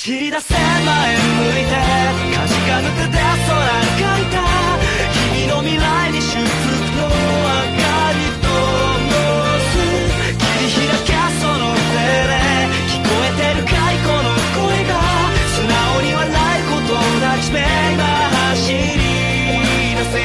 走り出せ前向いてかじかぬ手で空描いた君の未来に祝福の明かり灯す切り開けその手で聞こえてるかいこの声が素直に笑えることを抱きしめ今走り出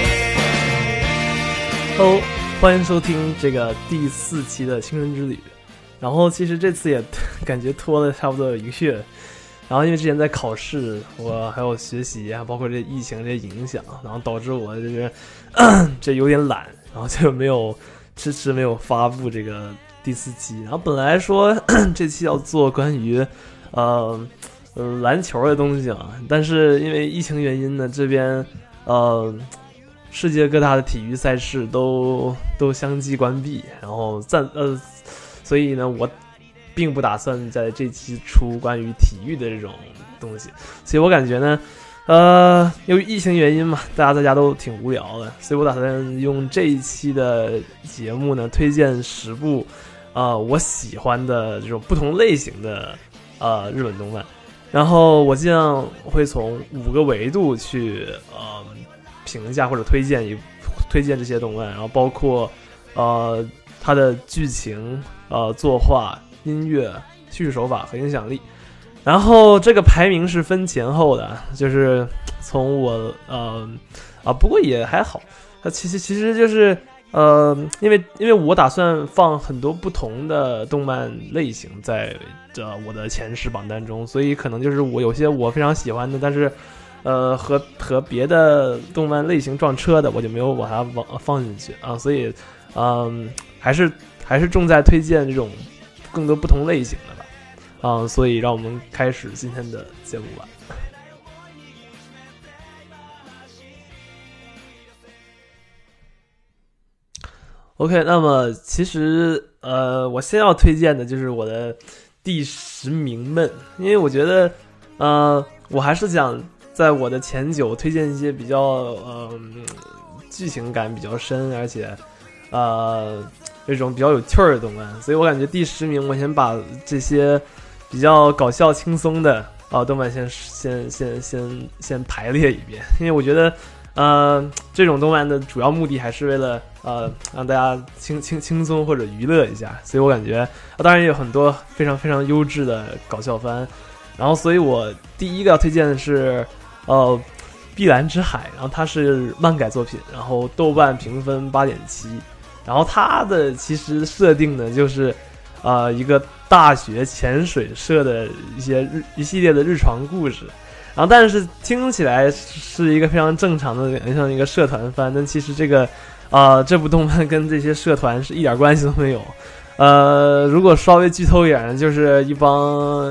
せ。 Hello， 欢迎收听这个第4期的青春之旅。然后其实这次也感觉拖了差不多有1个月，然后因为之前在考试，我还有学习啊，包括这疫情这些影响，然后导致我就是这有点懒，然后就迟迟没有发布这个第4期。然后本来说这期要做关于篮球的东西嘛，但是因为疫情原因呢，这边世界各大的体育赛事都相继关闭，然后所以呢，我并不打算在这期出关于体育的这种东西，所以我感觉呢，由于疫情原因嘛，大家在家都挺无聊的，所以我打算用这一期的节目呢，推荐10部我喜欢的这种不同类型的日本动漫，然后我尽量会从5个维度去评价或者推荐这些动漫，然后包括它的剧情、作画、音乐、叙事手法和影响力。然后这个排名是分前后的，就是从我不过也还好。其实就是因为我打算放很多不同的动漫类型在我的前10榜单中，所以可能就是有些我非常喜欢的，但是和别的动漫类型撞车的，我就没有把它放进去啊，所以还是重在推荐这种更多不同类型的吧，所以让我们开始今天的节目吧。OK， 那么其实我先要推荐的就是我的第10名们，因为我觉得我还是想在我的前9推荐一些比较剧情感比较深，而且这种比较有趣儿的动漫，所以我感觉第10名我先把这些比较搞笑轻松的动漫先排列一遍，因为我觉得这种动漫的主要目的还是为了让大家轻松或者娱乐一下，所以我感觉当然也有很多非常非常优质的搞笑番，然后所以我第一个要推荐的是碧蓝之海，然后它是漫改作品，然后豆瓣评分8.7，然后它的其实设定呢就是一个大学潜水社的一系列的日常故事，然后但是听起来是一个非常正常的像一个社团番，但其实这部动漫跟这些社团是一点关系都没有。如果稍微剧透一点，就是一帮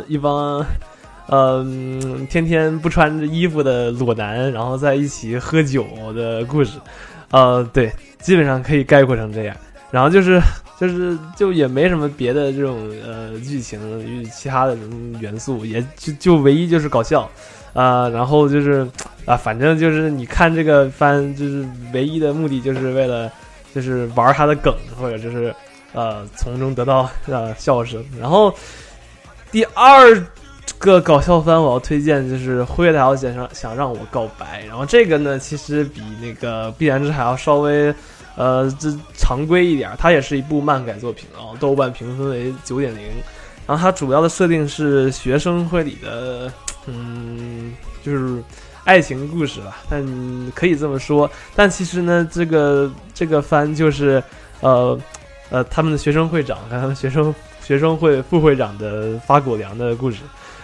天天不穿着衣服的裸男，然后在一起喝酒的故事。对，基本上可以概括成这样。然后就也没什么别的这种剧情与其他的元素，也就唯一就是搞笑。然后就是反正就是你看这个番，就是唯一的目的就是为了就是玩他的梗，或者就是从中得到笑声。然后第2个搞笑番我要推荐就是辉夜大小姐想让我告白，然后这个呢其实比那个碧蓝之海要稍微这常规一点，它也是一部漫改作品豆瓣评分为9.0，然后它主要的设定是学生会里的就是爱情故事吧，但可以这么说。但其实呢，这个番就是他们的学生会长和他们学生会副会长的发狗粮的故事。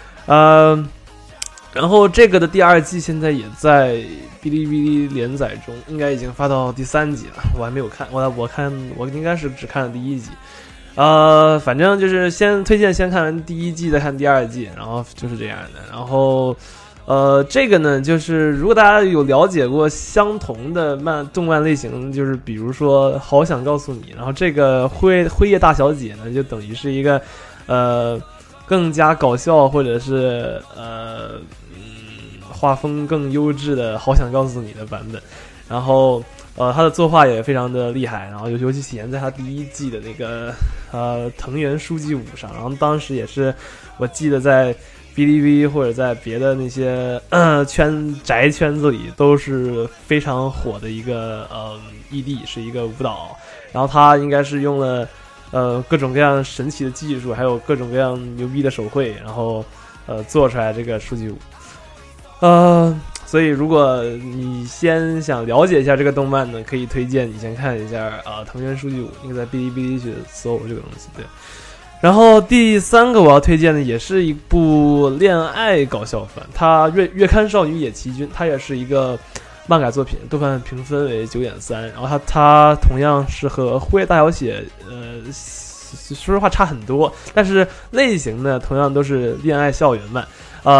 然后这个的第2季现在也在哔哩哔哩连载中，应该已经发到第3集了，我还没有看，我应该是只看了第1集。反正就是先看完第1季再看第2季，然后就是这样的。然后这个呢就是如果大家有了解过相同的动漫类型，就是比如说好想告诉你，然后这个辉夜大小姐呢就等于是一个更加搞笑或者是画风更优质的好想告诉你的版本。然后他的作画也非常的厉害，然后尤其体现在他第1季的那个藤原书记舞上，然后当时也是我记得在哔哩哔哩或者在别的那些宅圈子里都是非常火的一个ED，是一个舞蹈，然后他应该是用了各种各样神奇的技术，还有各种各样牛逼的手绘，然后做出来这个书记舞。所以如果你先想了解一下这个动漫呢，可以推荐你先看一下藤原书记舞，应该在哔哩哔哩去搜这个东西。对，然后第三个我要推荐的也是一部恋爱搞笑番，它月刊少女野崎君，它也是一个漫改作品，豆瓣评分为9.3，然后它同样是和辉夜大小写说实话差很多，但是类型呢同样都是恋爱校园漫。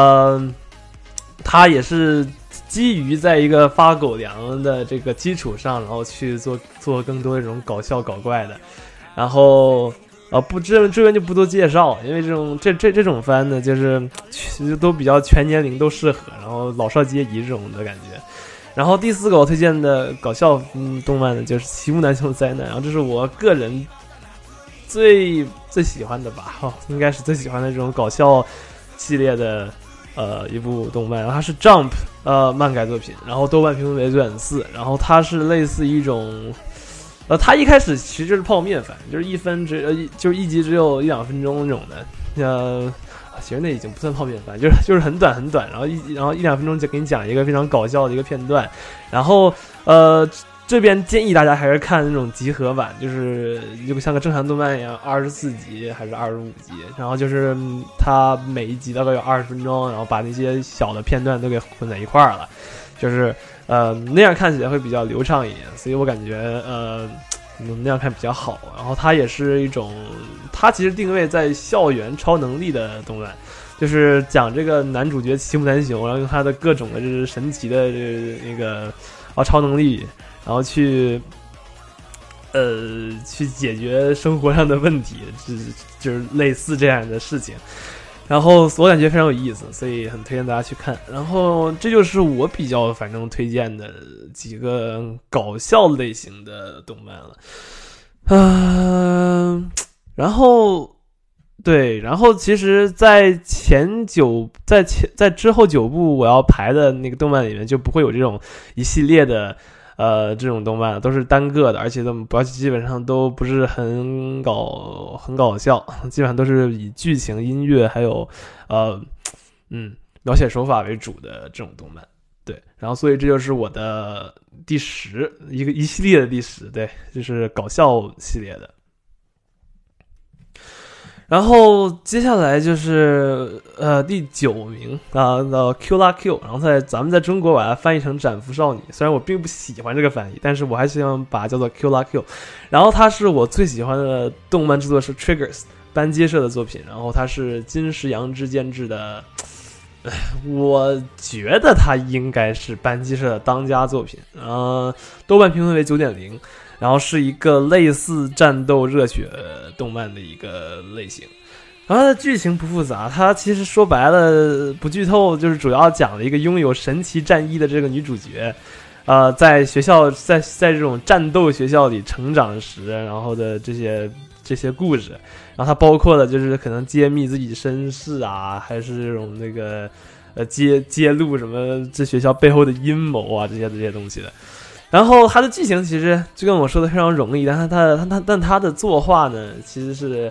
它也是基于在一个发狗粮的这个基础上，然后去做更多这种搞笑搞怪的，然后这边就不多介绍，因为这种番呢，就是其实都比较全年龄都适合，然后老少皆宜这种的感觉。然后第四个我推荐的搞笑动漫呢，就是《齐木楠雄灾难》，然后这是我个人最喜欢的吧，应该是最喜欢的这种搞笑系列的一部动漫，然后它是 Jump 漫改作品，然后豆瓣评分为9.4，然后它是类似一种它一开始其实就是泡面番，就是就是一集只有1-2分钟那种的，其实那已经不算泡面番，就是很短很短，然后1-2分钟就给你讲一个非常搞笑的一个片段，然后这边建议大家还是看那种集合版，就像个正常动漫一样，24集还是25集，然后就是它每一集大概有20分钟，然后把那些小的片段都给混在一块儿了，就是那样看起来会比较流畅一点，所以我感觉那样看比较好。然后它也是一种，它其实定位在校园超能力的动漫，就是讲这个男主角齐木楠雄，然后用他的各种的就是神奇的那个超能力，然后去解决生活上的问题，就是类似这样的事情。然后我感觉非常有意思，所以很推荐大家去看。然后这就是我比较反正推荐的几个搞笑类型的动漫了。然后其实在之后9部我要排的那个动漫里面就不会有这种一系列的这种动漫，都是单个的，而且基本上都不是很搞笑，基本上都是以剧情、音乐还有描写手法为主的这种动漫。对，然后所以这就是我的第10，一系列的第10，对，就是搞笑系列的。然后接下来就是第9名Q 拉 Q， 然后咱们在中国把它翻译成斩服少女，虽然我并不喜欢这个翻译，但是我还希望把它叫做 Q 拉 Q。然后它是我最喜欢的动漫制作是 Triggers 班街社的作品，然后它是金石阳之监制的，我觉得它应该是班街社的当家作品，豆瓣评分为9.0。然后是一个类似战斗热血动漫的一个类型，然后它的剧情不复杂，它其实说白了不剧透，就是主要讲了一个拥有神奇战衣的这个女主角，在学校在这种战斗学校里成长时，然后的这些故事，然后它包括了就是可能揭秘自己身世啊，还是这种那个揭露什么这学校背后的阴谋啊这些东西的。然后它的剧情其实就跟我说的非常容易，但它的作画呢，其实是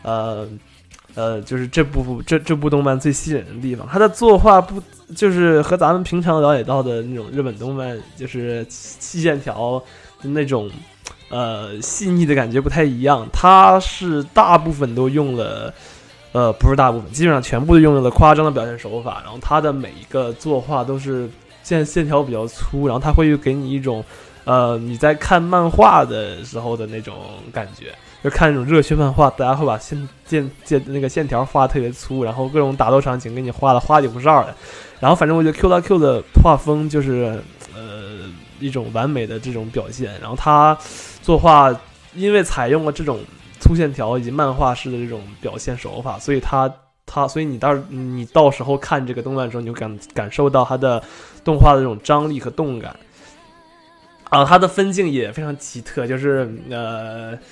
就是这部动漫最吸引人的地方。它的作画不就是和咱们平常了解到的那种日本动漫，就是细线条的那种细腻的感觉不太一样。它是大部分都用了不是大部分，基本上全部都用了夸张的表现手法。然后它的每一个作画都是线条比较粗，然后它会给你一种你在看漫画的时候的那种感觉，就看那种热血漫画，大家会把那个线条画得特别粗，然后各种打斗场景给你画的花里胡哨的。然后反正我觉得 Q 拉 Q 的画风就是一种完美的这种表现。然后它作画因为采用了这种粗线条以及漫画式的这种表现手法，所以所以你到时候看这个动漫的时候，你就感受到它的动画的这种张力和动感。它的分镜也非常奇特，就是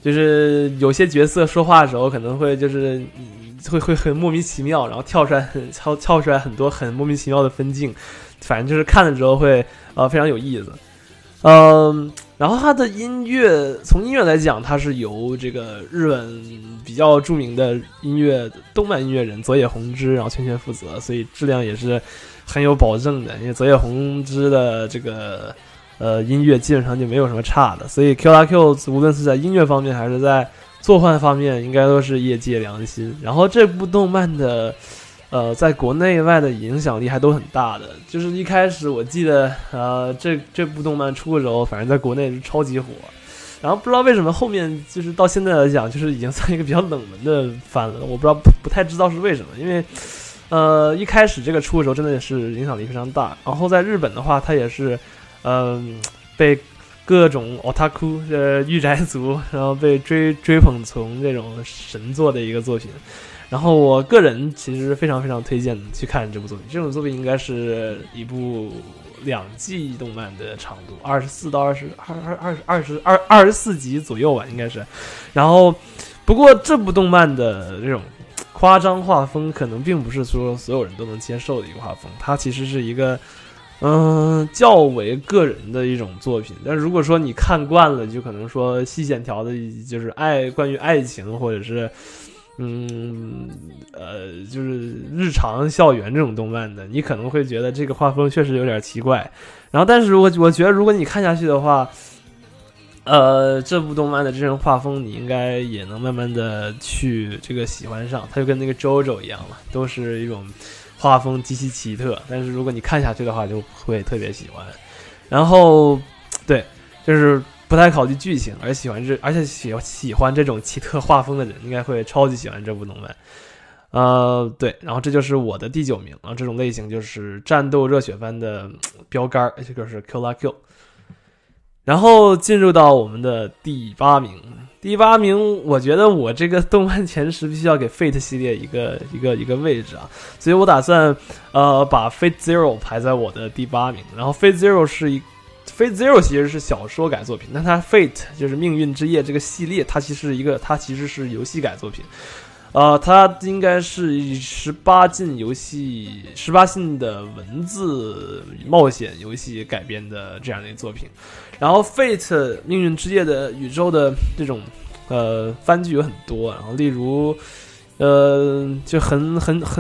就是有些角色说话的时候可能会就是会很莫名其妙，然后跳出来很多很莫名其妙的分镜，反正就是看的时候会非常有意思。然后它的音乐，从音乐来讲，它是由这个日本比较著名的动漫音乐人佐野弘之然后全权负责，所以质量也是很有保证的。因为佐野弘之的这个音乐基本上就没有什么差的，所以 Q 拉 Q 无论是在音乐方面还是在作画方面，应该都是业界良心。然后这部动漫的在国内外的影响力还都很大的。就是一开始我记得这部动漫出的时候，反正在国内是超级火。然后不知道为什么后面就是到现在来讲，就是已经算一个比较冷门的番了。我不知道不太知道是为什么，因为一开始这个出的时候真的是影响力非常大。然后在日本的话，它也是被各种 otaku 御宅族，然后被追捧成这种神作的一个作品。然后我个人其实非常非常推荐去看这部作品。这种作品应该是一部2季动漫的长度，24到24集左右吧，应该是。然后不过这部动漫的这种夸张画风可能并不是说所有人都能接受的一个画风，它其实是一个较为个人的一种作品。但是如果说你看惯了，就可能说细线条的就是关于爱情或者是就是日常校园这种动漫的，你可能会觉得这个画风确实有点奇怪。然后但是我觉得如果你看下去的话，这部动漫的这种画风你应该也能慢慢的去这个喜欢上。它就跟那个 JoJo 一样嘛，都是一种画风极其奇特，但是如果你看下去的话就会特别喜欢。然后对，就是不太考虑剧情，而且喜欢这种奇特画风的人应该会超级喜欢这部动漫。对，然后这就是我的第9名啊，这种类型就是战斗热血番的标杆，这个是 Q 拉 Q。然后进入到我们的第8名。第8名，我觉得我这个动漫前10必须要给 Fate 系列一个位置啊，所以我打算把 Fate Zero 排在我的第8名。然后 Fate Zero 其实是小说改作品，但它 Fate 就是命运之夜这个系列，它其实是游戏改作品。它应该是18禁的文字冒险游戏改编的这样的一个作品。然后 Fate 命运之夜的宇宙的这种番剧有很多，然后例如就很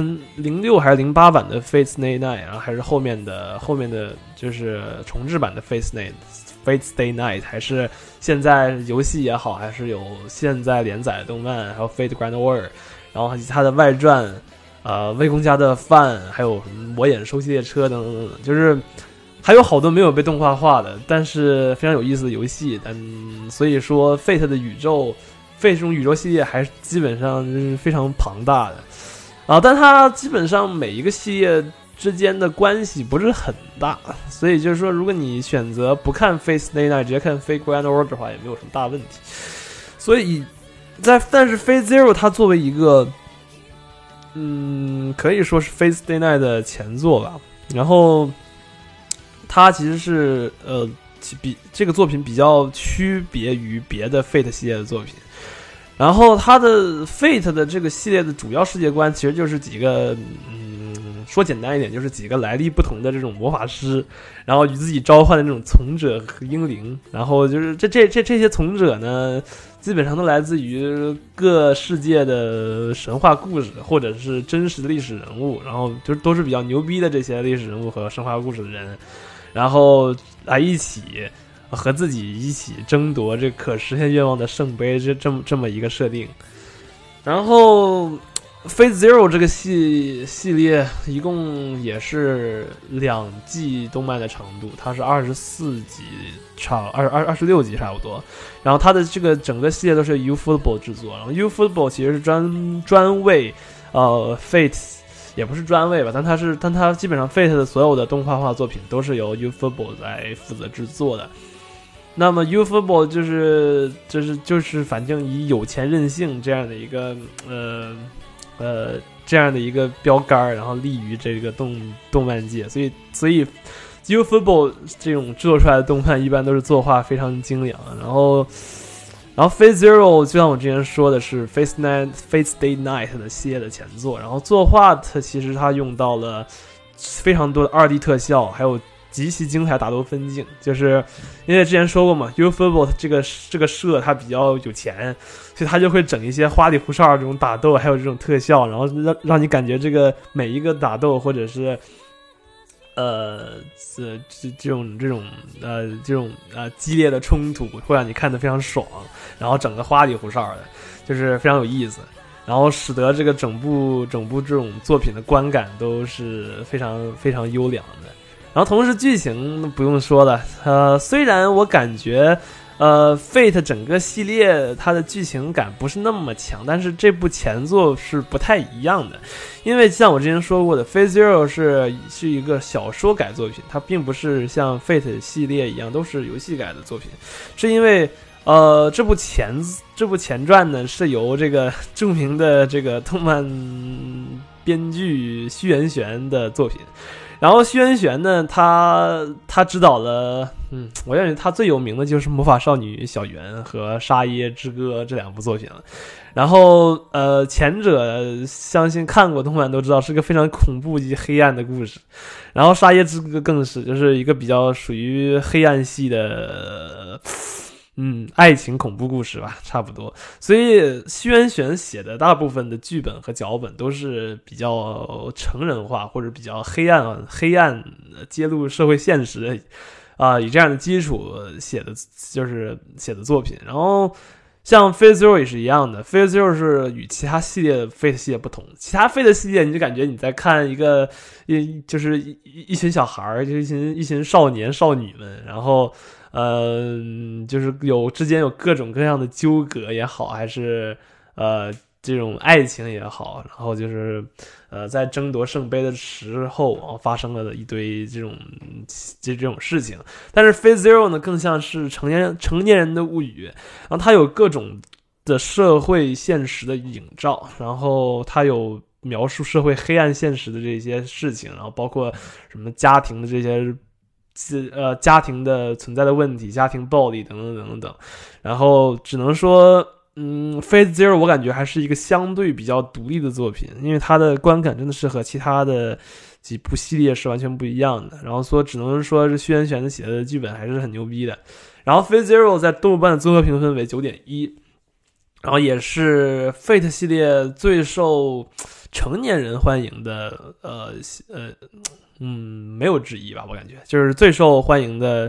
06还是08版的 Fate Stay Night， 然后还是后面的就是重制版的 Fate Stay Night， 还是现在游戏也好，还是有现在连载的动漫，还有 Fate Grand Order， 然后其他的外传，魏公家的饭，还有魔眼收系列车等等等等，就是还有好多没有被动画化的，但是非常有意思的游戏。所以说 Fate 的宇宙，Fate 这种宇宙系列还是基本上是非常庞大的但它基本上每一个系列之间的关系不是很大，所以就是说，如果你选择不看 Fate Stay Night， 直接看 Fate Grand Order 的话，也没有什么大问题。所以但是 Fate Zero 它作为一个可以说是 Fate Stay Night 的前作吧，然后它其实是比这个作品比较区别于别的 Fate 系列的作品。然后它的 Fate 的这个系列的主要世界观其实就是几个说简单一点，就是几个来历不同的这种魔法师，然后与自己召唤的这种从者和英灵。然后就是这些从者呢，基本上都来自于各世界的神话故事或者是真实的历史人物，然后就都是比较牛逼的这些历史人物和神话故事的人，然后来一起和自己一起争夺这可实现愿望的圣杯，这么一个设定。然后 Fate Zero 这个系列一共也是2季动漫的长度，它是24集26集差不多。然后它的这个整个系列都是 UFootball 制作，然后 UFootball 其实是专为Fate， 也不是专为吧，但它基本上 Fate 的所有的动画化作品都是由 UFootball 来负责制作的。那么 UFootball 就是反正以有钱任性这样的一个这样的一个标杆，然后立于这个动漫界，所以 UFootball 这种制作出来的动漫一般都是作画非常精良，然后然后 Fate Zero 就像我之前说的是 Fate Stay Night 的系列的前作，然后作画其实它用到了非常多的2D 特效，还有极其精彩打斗分镜，就是因为之前说过嘛 Ufotable 这个社它比较有钱，所以他就会整一些花里胡哨这种打斗，还有这种特效，然后让你感觉这个每一个打斗或者是这种激烈的冲突会让你看得非常爽，然后整个花里胡哨的，就是非常有意思，然后使得这个整部这种作品的观感都是非常非常优良的。然后同时剧情不用说了，虽然我感觉Fate 整个系列它的剧情感不是那么强，但是这部前作是不太一样的，因为像我之前说过的 Fate Zero 是一个小说改作品，它并不是像 Fate 系列一样都是游戏改的作品，是因为这部前传呢是由这个著名的这个动漫编剧虚元玄的作品。然后虚元玄呢，他指导了，我认为他最有名的就是《魔法少女小圆》和《沙耶之歌》这2部作品了。然后前者相信看过动漫都知道是个非常恐怖及黑暗的故事，然后《沙耶之歌》更是就是一个比较属于黑暗系的爱情恐怖故事吧，差不多。所以虚元玄写的大部分的剧本和脚本都是比较成人化或者比较黑暗揭露社会现实的以这样的基础写的作品。然后像 Fate Zero 也是一样的， Fate Zero 是与其他系列的 Fate 系列不同，其他 Fate 系列你就感觉你在看就是一群小孩，就是一群少年少女们，然后就是之间有各种各样的纠葛也好，还是这种爱情也好，然后就是在争夺圣杯的时候发生了一堆这种事情。但是 Fate Zero 呢更像是成年人的物语，然后它有各种的社会现实的映照，然后它有描述社会黑暗现实的这些事情，然后包括什么家庭的这些家庭的存在的问题，家庭暴力等等等等。然后只能说Fate Zero 我感觉还是一个相对比较独立的作品，因为它的观感真的是和其他的几部系列是完全不一样的。然后只能说是虚元玄写的剧本还是很牛逼的。然后 Fate Zero 在豆瓣的综合评分为 9.1， 然后也是 Fate 系列最受成年人欢迎的没有之一吧，我感觉就是最受欢迎的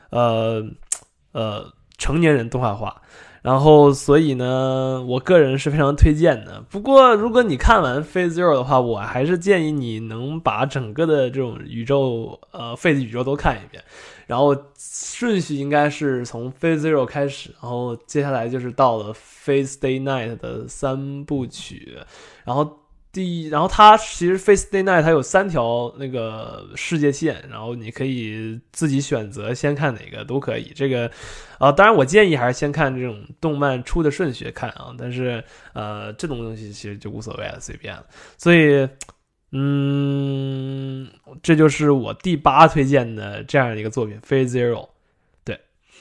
成年人动画化。然后所以呢我个人是非常推荐的。不过如果你看完 Fate Zero 的话，我还是建议你能把整个的这种宇宙Fate 宇宙都看一遍，然后顺序应该是从 Fate Zero 开始，然后接下来就是到了 Fate Stay Night 的3部曲，然后它其实 Fate Stay Night 它有3条那个世界线，然后你可以自己选择先看哪个都可以。这个当然我建议还是先看这种动漫出的顺序看啊，但是这种东西其实就无所谓了，随便了。所以这就是我第8推荐的这样一个作品 Fate Zero。 对，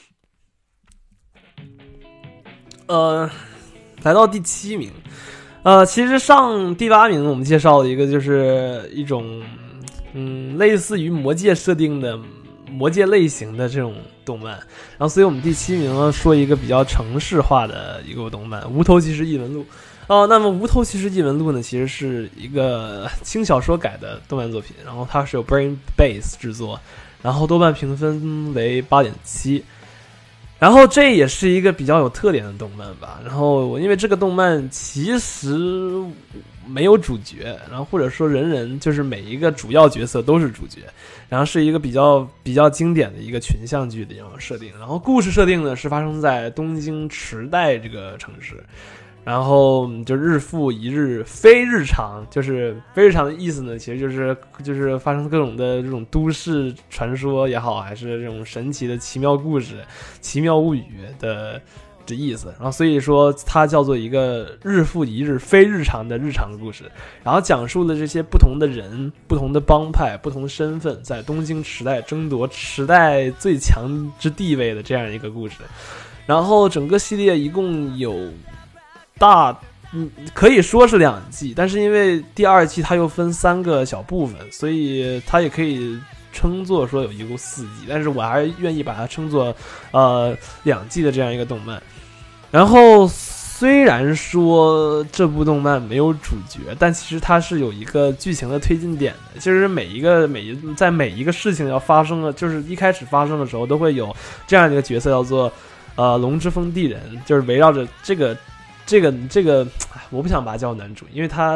来到第7名。其实上第8名我们介绍了一个就是一种类似于魔界设定的魔界类型的这种动漫，然后所以我们第7名呢说一个比较城市化的一个动漫《无头骑士异闻录》。那么《无头骑士异闻录》呢其实是一个轻小说改的动漫作品，然后它是由 Brain Base 制作，然后豆瓣评分为 8.7。然后这也是一个比较有特点的动漫吧，然后因为这个动漫其实没有主角，然后或者说人就是每一个主要角色都是主角，然后是一个比较经典的一个群像剧的这种设定。然后故事设定呢是发生在东京池袋这个城市，然后就日复一日非日常，就是非日常的意思呢其实就是发生各种的这种都市传说也好，还是这种神奇的奇妙故事奇妙物语的这意思。然后所以说它叫做一个日复一日非日常的日常故事，然后讲述了这些不同的人不同的帮派不同身份在东京池袋争夺池袋最强之地位的这样一个故事。 然后整个系列一共有可以说是2季，但是因为第2季它又分3个小部分，所以它也可以称作说有一共4季，但是我还是愿意把它称作2季的这样一个动漫。然后虽然说这部动漫没有主角，但其实它是有一个剧情的推进点的，就是在每一个事情要发生的，就是一开始发生的时候都会有这样一个角色叫做龙之封地人，就是围绕着这个我不想把他叫男主，因为他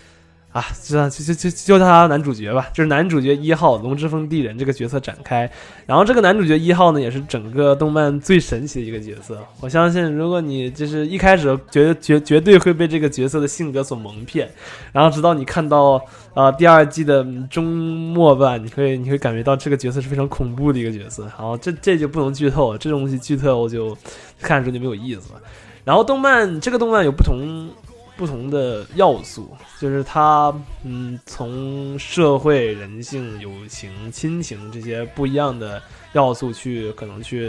就他男主角吧，就是男主角1号龙之封地人这个角色展开。然后这个男主角1号呢，也是整个动漫最神奇的一个角色。我相信，如果你就是一开始绝对会被这个角色的性格所蒙骗，然后直到你看到第2季的中末班，你会感觉到这个角色是非常恐怖的一个角色。然后这就不能剧透了，这种东西剧透我就看着就没有意思了。然后这个动漫有不同的要素，就是它从社会、人性、友情、亲情这些不一样的要素可能去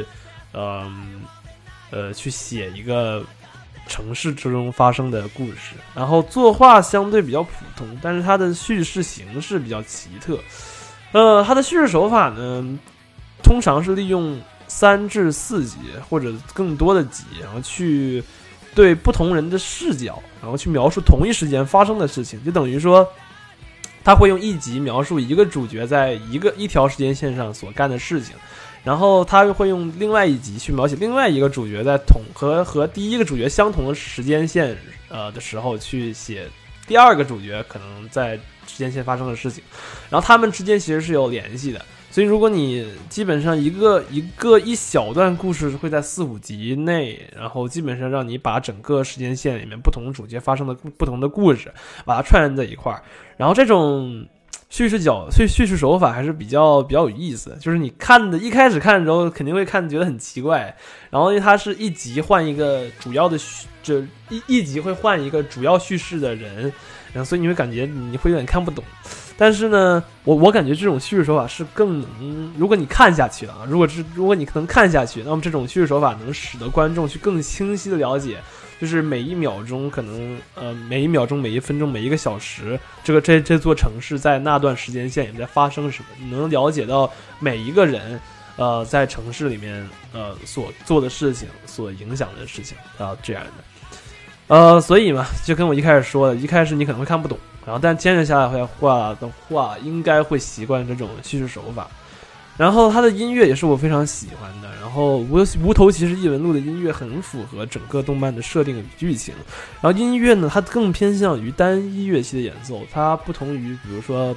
写一个城市之中发生的故事。然后作画相对比较普通，但是它的叙事形式比较奇特。它的叙事手法呢，通常是利用3至4集或者更多的集，然后去对不同人的视角，然后去描述同一时间发生的事情，就等于说他会用1集描述一个主角在一条时间线上所干的事情，然后他会用另外1集去描写另外一个主角在和第一个主角相同的时间线的时候去写第2个主角可能在时间线发生的事情，然后他们之间其实是有联系的。所以如果你基本上一小段故事会在4-5集内，然后基本上让你把整个时间线里面不同主角发生的不同的故事把它串联在一块儿，然后这种叙事手法还是比较有意思的。就是你一开始看的时候肯定会觉得很奇怪，然后因为它是1集换一个主要的一集会换一个主要叙事的人，然后所以你会感觉你会有点看不懂。但是呢，我感觉这种叙事手法是更能，如果你看下去了，如果你能看下去，那么这种叙事手法能使得观众去更清晰的了解，就是每一秒钟可能每一秒钟、每一分钟、每一个小时，这座城市在那段时间线里面在发生什么，你能了解到每一个人在城市里面所做的事情、所影响的事情这样的。所以嘛，就跟我一开始说的，一开始你可能会看不懂，然后但坚持下来画的话，应该会习惯这种叙事手法。然后他的音乐也是我非常喜欢的，然后无头骑士异闻录的音乐很符合整个动漫的设定与剧情。然后音乐呢，它更偏向于单一乐器的演奏，它不同于比如说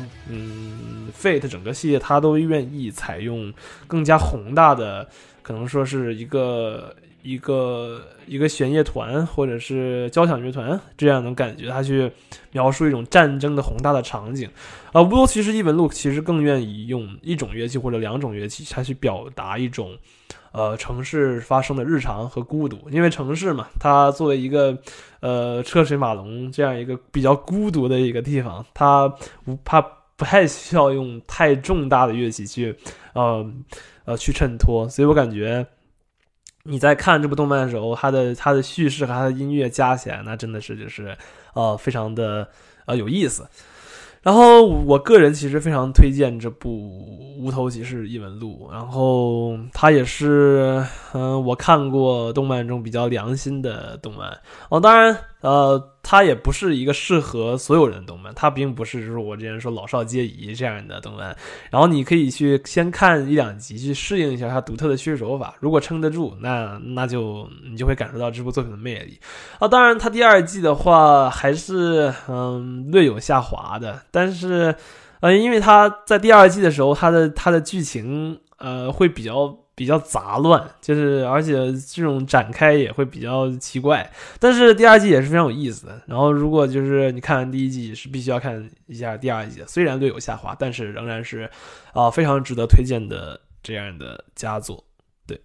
Fate 整个系列，它都愿意采用更加宏大的，可能说是一个弦乐团或者是交响乐团这样的感觉，它去描述一种战争的宏大的场景。无头骑士异闻录其实更愿意用1种乐器或者2种乐器，它去表达一种城市发生的日常和孤独。因为城市嘛，它作为一个车水马龙这样一个比较孤独的一个地方，它不太需要用太重大的乐器去衬托。所以我感觉你在看这部动漫的时候，它的叙事和它的音乐加起来，那真的是就是非常的有意思。然后我个人其实非常推荐这部无头骑士异闻录，然后它也是我看过动漫中比较良心的动漫当然它也不是一个适合所有人的动漫，它并不是就是我之前说老少皆宜这样的动漫，然后你可以去先看1-2集去适应一下它独特的叙事手法，如果撑得住，那就你就会感受到这部作品的魅力当然它第2季的话还是略有下滑的，但是因为它在第2季的时候它的剧情会比较杂乱，就是而且这种展开也会比较奇怪，但是第2季也是非常有意思的。然后如果就是你看完第1季是必须要看一下第2季的，虽然略有下滑，但是仍然是非常值得推荐的这样的佳作。对，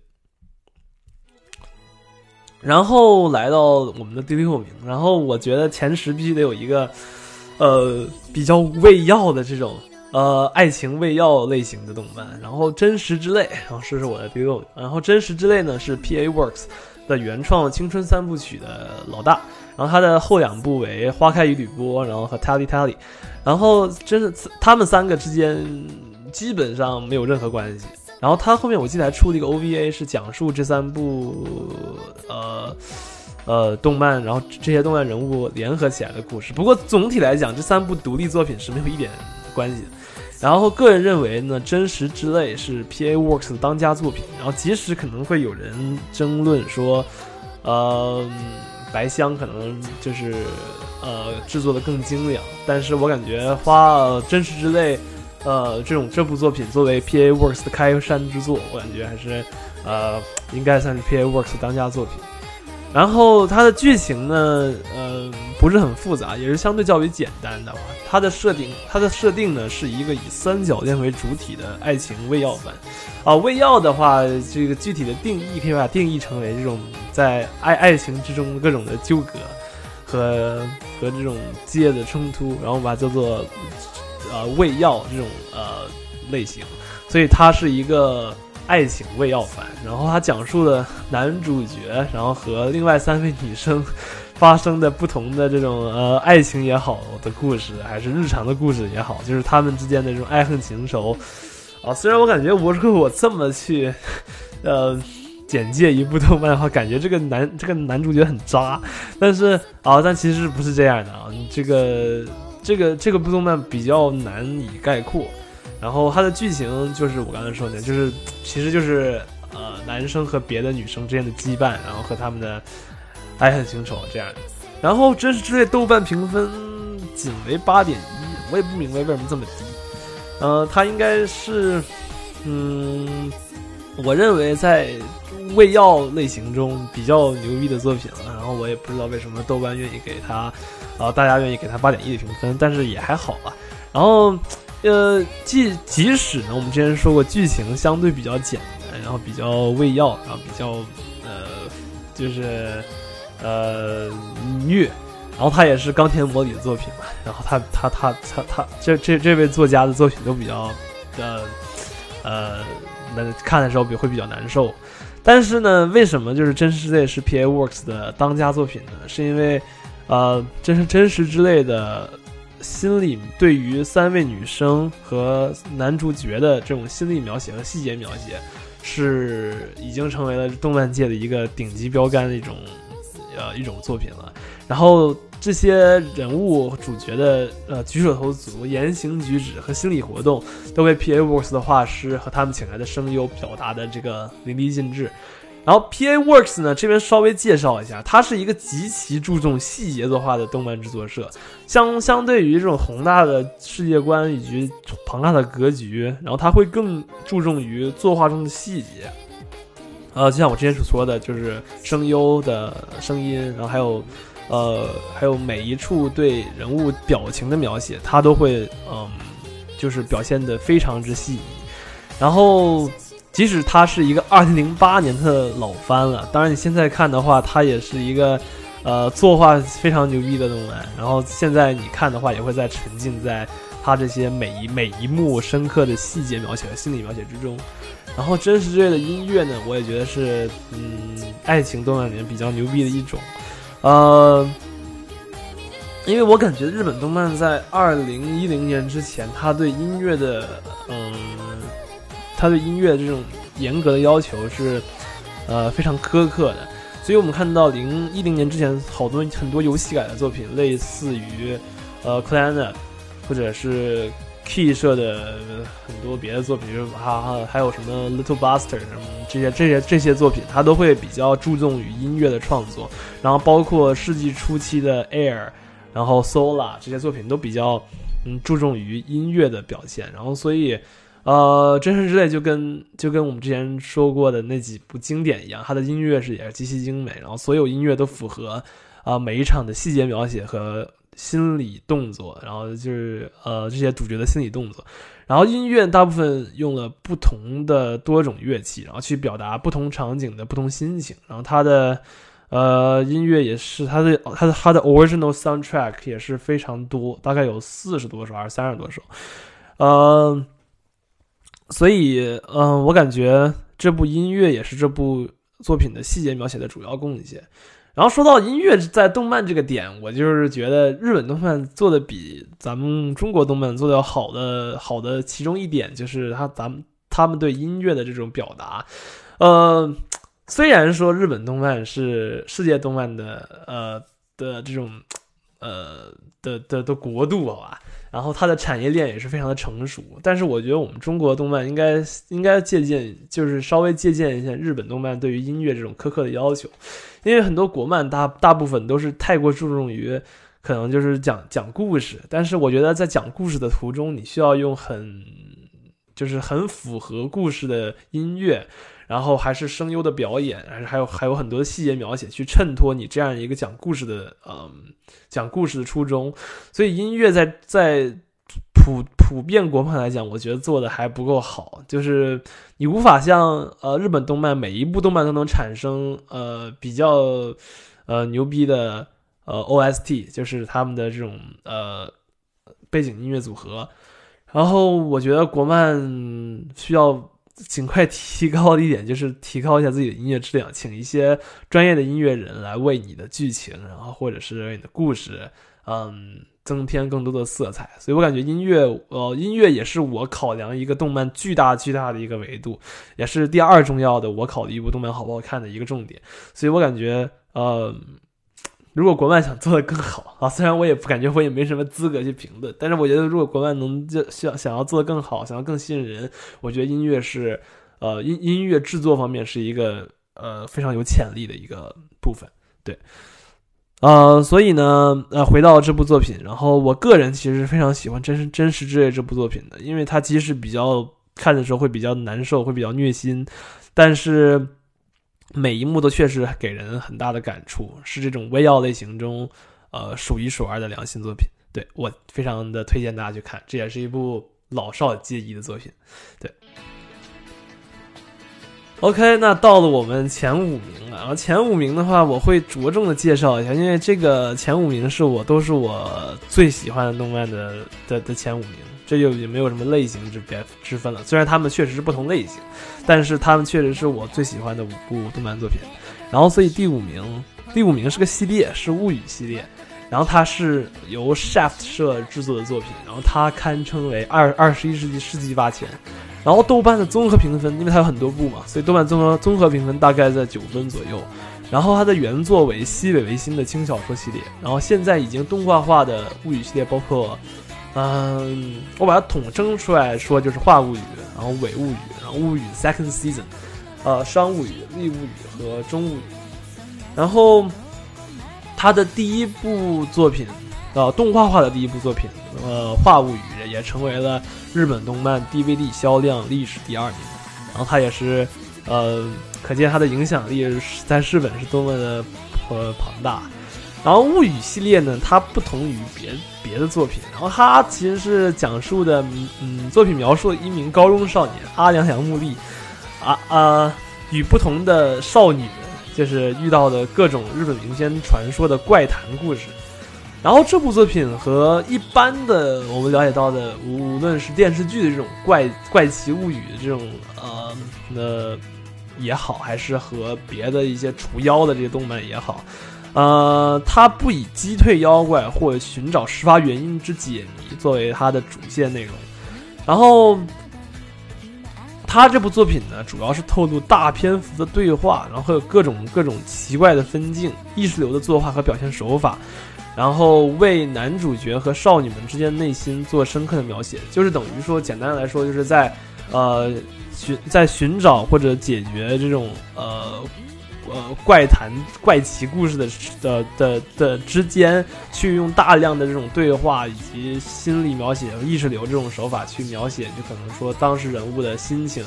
然后来到我们的第6名，然后我觉得前10必须得有一个比较胃药的这种爱情胃药类型的动漫，然后真实之泪，然后这是我的第6名。然后真实之泪呢是 PA Works 的原创青春三部曲的老大。然后他的后2部为《花开与吕波》，然后和《Tally Tally》，然后真是他们3个之间基本上没有任何关系。然后他后面我记得还出了一个 OVA， 是讲述这3部动漫，然后这些动漫人物联合起来的故事。不过总体来讲，这3部独立作品是没有一点关系的。然后个人认为呢，《真实之泪》是 PA Works 的当家作品。然后即使可能会有人争论说，白箱可能就是制作的更精良，但是我感觉真实之泪这部作品作为 PA Works 的开山之作，我感觉还是应该算是 PA Works 的当家作品。然后它的剧情呢不是很复杂，也是相对较为简单的。它的设定呢是一个以三角恋为主体的爱情胃药番。胃药的话，这个具体的定义可以把它定义成为这种在爱情之中各种的纠葛和这种激烈的冲突，然后把它叫做胃药这种类型。所以它是一个爱情胃药番。然后它讲述了男主角然后和另外3位女生发生的不同的这种爱情也好的故事，还是日常的故事也好，就是他们之间的这种爱恨情仇。虽然我感觉如果我这么去简介一部动漫的话，感觉这个男主角很渣，但其实不是这样的啊。这个部动漫比较难以概括。然后它的剧情就是我刚才说的，其实就是男生和别的女生之间的羁绊，然后和他们的爱恨情仇这样的。然后真实之泪豆瓣评分仅为 8.1， 我也不明白为什么这么低。它应该是我认为在胃药类型中比较牛逼的作品了。然后我也不知道为什么豆瓣愿意给它大家愿意给它 8.1 的评分，但是也还好吧。然后即使呢我们之前说过剧情相对比较简单，然后比较胃药，然后比较就是虐，然后他也是冈田模里的作品嘛，然后他这位作家的作品都比较看的时候会比较难受。但是呢，为什么就是真实之泪是 PA Works 的当家作品呢？是因为真实之泪的心理对于3位女生和男主角的这种心理描写和细节描写是已经成为了动漫界的一个顶级标杆的一种作品了。然后这些人物主角的举手投足、言行举止和心理活动都被 PA Works 的画师和他们请来的声优表达的这个淋漓尽致。然后 PA Works 呢，这边稍微介绍一下，它是一个极其注重细节作画的动漫制作社。相对于这种宏大的世界观以及庞大的格局，然后它会更注重于作画中的细节。就像我之前所说的，就是声优的声音，然后还有每一处对人物表情的描写，它都会就是表现得非常之细腻。然后即使它是一个2008年的老番了，当然你现在看的话，它也是一个作画非常牛逼的动漫。然后现在你看的话，也会在沉浸在它这些每一幕深刻的细节描写和心理描写之中。然后真实之类的音乐呢，我也觉得是爱情动漫里面比较牛逼的一种。因为我感觉日本动漫在2010年之前，它对音乐的这种严格的要求是非常苛刻的。所以我们看到2010年之前很多游戏改的作品，类似于Clannad 或者是 Key 社的很多别的作品，就是还有什么 Little Buster 什么这些作品，它都会比较注重于音乐的创作。然后包括世纪初期的 Air， 然后 Sola 这些作品都比较注重于音乐的表现。然后所以真实之泪就跟我们之前说过的那几部经典一样，它的音乐也是极其精美，然后所有音乐都符合每一场的细节描写和心理动作，然后就是这些主角的心理动作。然后音乐大部分用了不同的多种乐器，然后去表达不同场景的不同心情。然后它的音乐也是它的 original soundtrack 也是非常多，大概有40多首还是30多首。所以我感觉这部音乐也是这部作品的细节描写的主要贡献。然后说到音乐在动漫这个点，我就是觉得日本动漫做的比咱们中国动漫做的要好的其中一点就是他们对音乐的这种表达。虽然说日本动漫是世界动漫的这种的国度好吧，然后它的产业链也是非常的成熟，但是我觉得我们中国动漫应该借鉴，就是稍微借鉴一下日本动漫对于音乐这种苛刻的要求，因为很多国漫大部分都是太过注重于可能就是讲故事，但是我觉得在讲故事的途中，你需要用很符合故事的音乐，然后还是声优的表演，还有很多的细节描写去衬托你这样一个讲故事的初衷。所以音乐在普遍国漫来讲，我觉得做的还不够好，就是你无法像日本动漫每一部动漫都能产生比较牛逼的OST， 就是他们的这种背景音乐组合。然后我觉得国漫需要尽快提高的一点就是提高一下自己的音乐质量，请一些专业的音乐人来为你的剧情，然后或者是为你的故事增添更多的色彩。所以我感觉音乐也是我考量一个动漫巨大的一个维度，也是第二重要的我考虑一部动漫好不好看的一个重点。所以我感觉如果国漫想做得更好啊，虽然我也感觉我也没什么资格去评论，但是我觉得如果国漫能想要做得更好，想要更吸引人，我觉得音乐是音乐制作方面是一个非常有潜力的一个部分。对，所以呢回到这部作品，然后我个人其实非常喜欢真实之泪这部作品的，因为它即使比较看的时候会比较难受，会比较虐心，但是每一幕都确实给人很大的感触，是这种微药类型中数一数二的良心作品。对，我非常的推荐大家去看，这也是一部老少皆宜的作品。对 OK， 那到了我们前5名了，然后前5名的话我会着重的介绍一下，因为这个前5名都是我最喜欢的动漫的前5名，这就也没有什么类型之分了，虽然他们确实是不同类型，但是他们确实是我最喜欢的5部动漫作品。然后所以第5名是个系列，是物语系列，然后它是由 Shaft 社制作的作品，然后它堪称为21世纪霸权。然后豆瓣的综合评分，因为它有很多部嘛，所以豆瓣综合评分大概在9分左右。然后它的原作为西尾维新的轻小说系列，然后现在已经动画化的物语系列包括我把它统称出来说就是化物语，然后伪物语，然后物语 Second Season， 商物语、立物语和中物语。然后它的第一部作品动画化的第一部作品化物语也成为了日本动漫 DVD 销量历史第2名，然后它也是可见它的影响力在日本是多么的庞大。然后物语系列呢，它不同于别的作品，然后它其实是讲述的作品描述了一名高中少年阿良良木利与不同的少女们就是遇到的各种日本民间传说的怪谈故事。然后这部作品和一般的我们了解到的无论是电视剧的这种怪奇物语的这种也好，还是和别的一些除妖的这些动漫也好，它不以击退妖怪或寻找事发原因之解谜作为它的主线内容。然后它这部作品呢，主要是透露大篇幅的对话，然后还有各种奇怪的分镜、意识流的作画和表现手法，然后为男主角和少女们之间内心做深刻的描写，就是等于说简单来说就是在寻找或者解决这种怪谈怪奇故事的之间，去用大量的这种对话以及心理描写和意识流这种手法去描写，就可能说当时人物的心情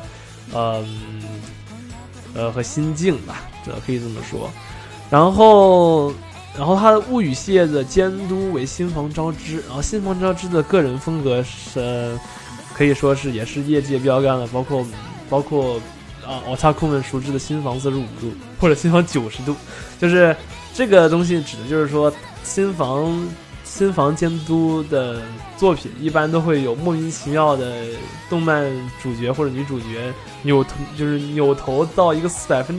和心境吧，这可以这么说。然后他的物语系列的监督为新房昭之，然后新房昭之的个人风格是可以说是也是业界标杆了，包括otaku 们熟知的新房45度或者新房90度，就是这个东西指的就是说新房新房监督的作品，一般都会有莫名其妙的动漫主角或者女主角扭头到一个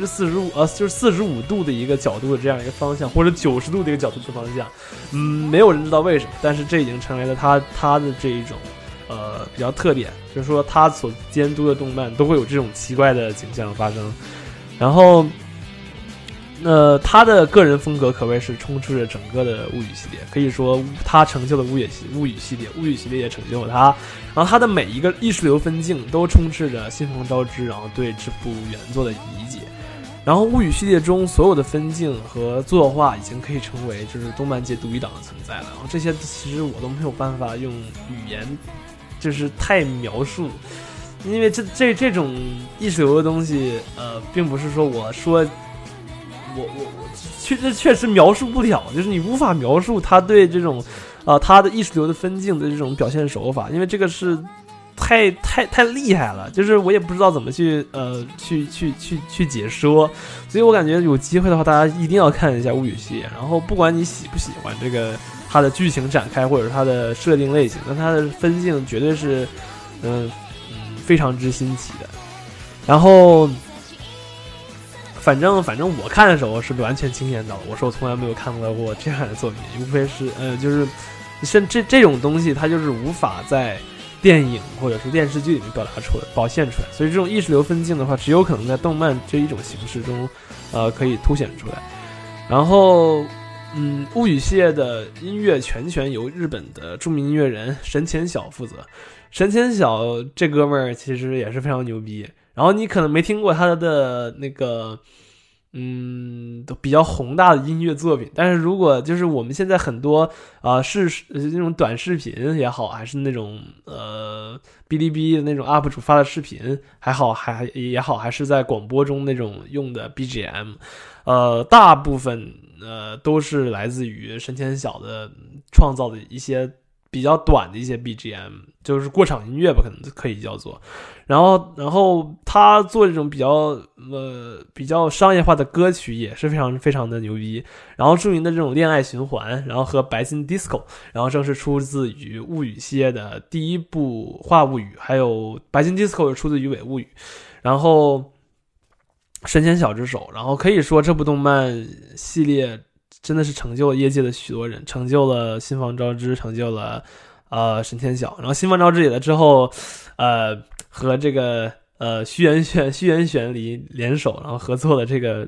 45度的一个角度的这样一个方向，或者90度的一个角度的方向。没有人知道为什么，但是这已经成为了他的这一种比较特点，就是说他所监督的动漫都会有这种奇怪的景象发生。然后他的个人风格可谓是充斥着整个的物语系列，可以说他成就了物语系列，物语系列也成就了他。然后他的每一个意识流分镜都充斥着新房昭之然后对这部原作的理解。然后物语系列中所有的分镜和作画已经可以成为就是动漫界独一档的存在了。然后这些其实我都没有办法用语言就是太描述，因为这种意识流的东西并不是说我说我确实描述不了，就是你无法描述他对这种他的意识流的分镜的这种表现手法，因为这个是太厉害了，就是我也不知道怎么去解说，所以我感觉有机会的话，大家一定要看一下物语系列。然后不管你喜不喜欢这个它的剧情展开或者是它的设定类型，那它的分镜绝对是非常之新奇的。然后反正我看的时候是完全惊艳到了，我说我从来没有看过这样的作品，无非是就是像这种东西它就是无法在电影或者是电视剧里面表现出来，所以这种意识流分镜的话只有可能在动漫这一种形式中可以凸显出来。然后物语系列的音乐全由日本的著名音乐人神前晓负责。神前晓这哥们儿其实也是非常牛逼，然后你可能没听过他的那个都比较宏大的音乐作品，但是如果就是我们现在很多是那种短视频也好，还是那种哔哩哔哩的那种 UP 主发的视频还是在广播中那种用的 BGM， 大部分都是来自于神前晓的创造的一些比较短的一些 BGM， 就是过场音乐吧，可以叫做。然后他做这种比较商业化的歌曲也是非常非常的牛逼。然后著名的这种恋爱循环，然后和白金 Disco， 然后正是出自于物语系列的第一部画物语，还有白金 Disco 是出自于伪物语。然后神前晓之手，然后可以说这部动漫系列真的是成就了业界的许多人，成就了新房昭之，成就了神前晓。然后新房昭之也在之后和这个虚元玄联手，然后合作了这个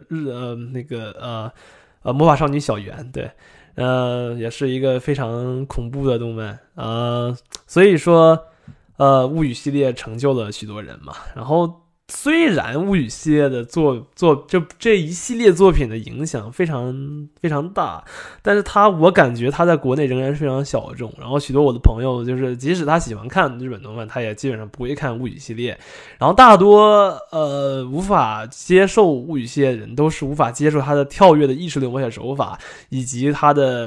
魔法少女小圆，对，也是一个非常恐怖的动漫所以说物语系列成就了许多人嘛。然后虽然物语系列的这一系列作品的影响非常非常大，但是我感觉他在国内仍然是非常小众。然后许多我的朋友就是即使他喜欢看日本动漫，他也基本上不会看物语系列。然后大多无法接受物语系列的人都是无法接受他的跳跃的意识流描写手法，以及他的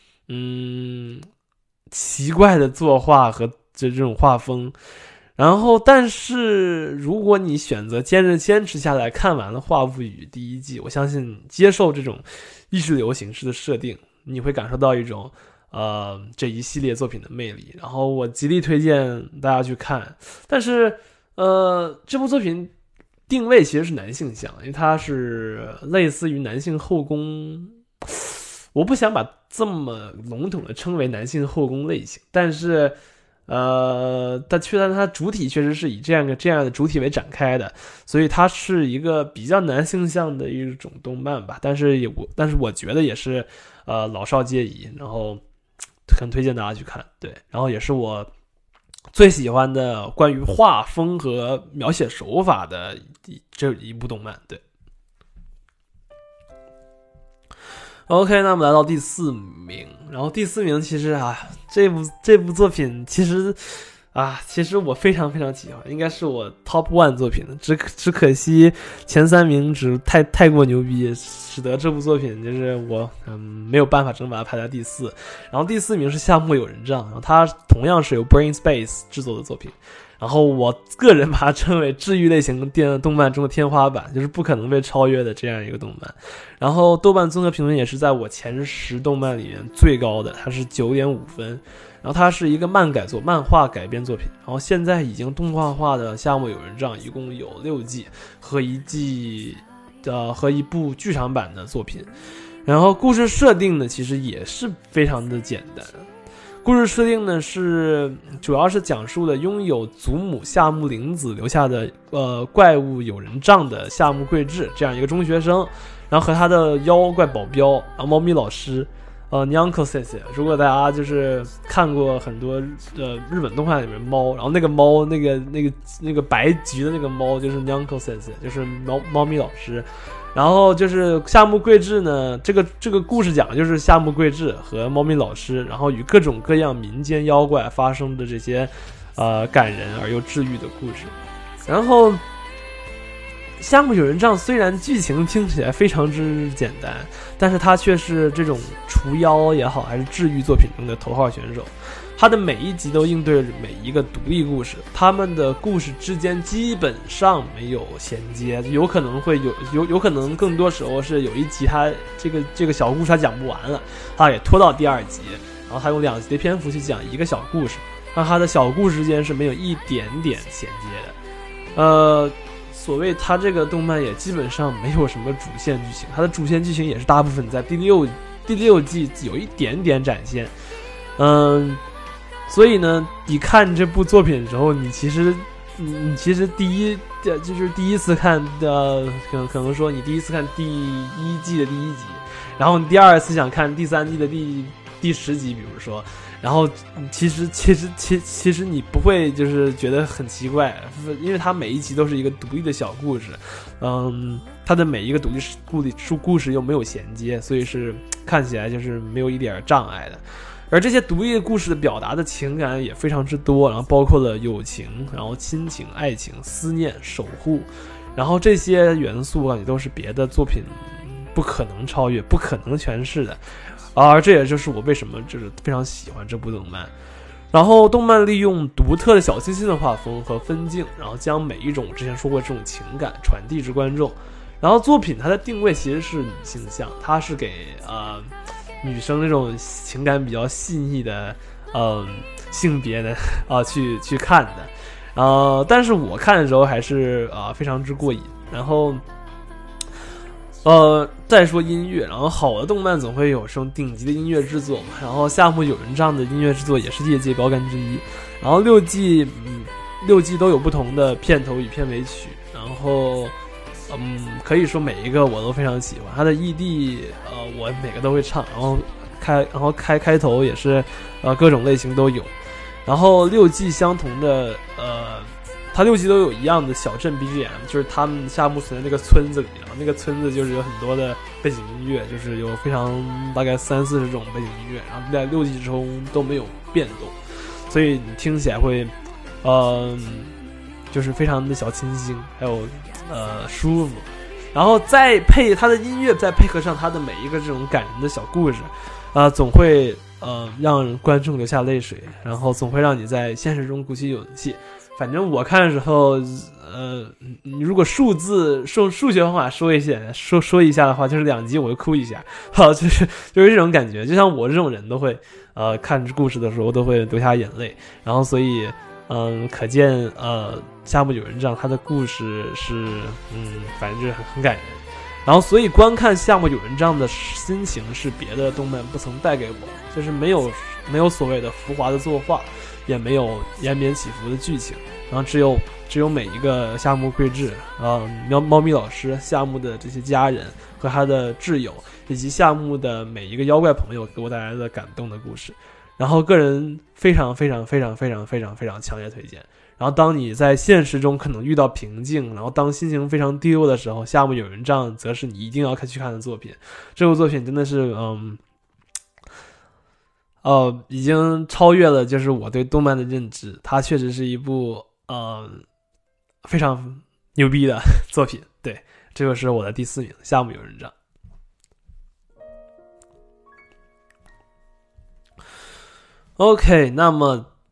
奇怪的作画和这种画风。然后但是如果你选择坚持下来看完了《画物语》第一季，我相信接受这种意识流形式的设定，你会感受到一种这一系列作品的魅力。然后我极力推荐大家去看。但是这部作品定位其实是男性向，因为它是类似于男性后宫，我不想把这么笼统的称为男性后宫类型，但是但它主体确实是以这样的主体为展开的，所以它是一个比较男性向的一种动漫吧。但是我觉得也是老少皆宜，然后很推荐大家去看。对，然后也是我最喜欢的关于画风和描写手法的这一部动漫。对。OK， 那我们来到第4名，然后第4名其实这部作品其实我非常非常喜欢，应该是我 Top 1 作品，只可惜前3名太过牛逼，使得这部作品就是我没有办法只能把它排在第4。然后第4名是夏目友人帐，然后它同样是由 Brain Space 制作的作品。 然后我个人把它称为治愈类型动漫中的天花板，就是不可能被超越的这样一个动漫。然后豆瓣综合评分也是在我前10动漫里面最高的，它是 9.5 分。然后它是一个漫画改编作品，然后现在已经动画化的《夏目友人帐》一共有6季和一部剧场版的作品。然后故事设定呢，其实也是非常的简单。故事设定呢主要是讲述了拥有祖母夏目玲子留下的怪物友人帐的夏目贵志这样一个中学生，然后和他的妖怪保镖，然后猫咪老师Nyanko Sensei。如果大家就是看过很多日本动画里面猫，然后那个猫那个白橘的那个猫就是 Nyanko Sensei， 就是猫咪老师。然后就是夏目贵志呢，这个故事讲的就是夏目贵志和猫咪老师，然后与各种各样民间妖怪发生的这些感人而又治愈的故事。然后夏目友人帐虽然剧情听起来非常之简单，但是它却是这种除妖也好还是治愈作品中的头号选手。它的每一集都应对每一个独立故事，他们的故事之间基本上没有衔接，有可能会有可能更多时候是有一集它这个小故事它讲不完了，它也拖到第2集，然后它用2集的篇幅去讲一个小故事，让它的小故事之间是没有一点点衔接的。所谓它这个动漫也基本上没有什么主线剧情，它的主线剧情也是大部分在第六季有一点点展现。所以呢，你看这部作品的时候，你其实就是第一次看的，可能说你第一次看第1季的第1集，然后你第2次想看第3季的第10集，比如说，然后其实你不会就是觉得很奇怪，因为它每一集都是一个独立的小故事，它的每一个独立故事又没有衔接，所以是看起来就是没有一点障碍的。而这些独立的故事的表达的情感也非常之多，然后包括了友情，然后亲情、爱情、思念、守护，然后这些元素啊，也都是别的作品不可能超越、不可能诠释的。而这也就是我为什么就是非常喜欢这部动漫。然后动漫利用独特的小清新的画风和分镜，然后将每一种我之前说过这种情感传递至观众。然后作品它的定位其实是女性向，它是给女生这种情感比较细腻的性别的去看的。但是我看的时候还是非常之过瘾。然后再说音乐，然后好的动漫总会有这种顶级的音乐制作嘛，然后夏目友人帐的音乐制作也是业界高干之一。然后6季都有不同的片头与片尾曲，然后可以说每一个我都非常喜欢。它的 ED 我每个都会唱，然后开头也是各种类型都有。然后6季相同的它6季都有一样的小镇 BGM， 就是他们夏目存在那个村子里，然后那个村子就是有很多的背景音乐，就是有非常大概30-40种背景音乐，然后在6季中都没有变动，所以你听起来会就是非常的小清新，还有舒服。然后再配它的音乐，再配合上它的每一个这种感人的小故事，总会让观众流下泪水，然后总会让你在现实中鼓起勇气。反正我看的时候，你如果数学方法说一下的话，就是2集我就哭一下，就是这种感觉。就像我这种人都会，看故事的时候都会流下眼泪。然后所以，可见夏目友人帐他的故事是，反正就是很感人。然后所以观看夏目友人帐的心情是别的动漫不曾带给我，就是没有所谓的浮华的作画。也没有延绵起伏的剧情，然后只有每一个夏目贵志猫咪老师、夏目的这些家人和他的挚友，以及夏目的每一个妖怪朋友给我带来的感动的故事。然后个人非常非常非常非常非常非常强烈推荐。然后当你在现实中可能遇到瓶颈，然后当心情非常低落的时候，夏目友人帐则是你一定要去看的作品。这部作品真的是已经超越了就是我对动漫的认知，它确实是一部非常牛逼的作品。对，这就是我的第4名，夏目友人帐。OK， 那么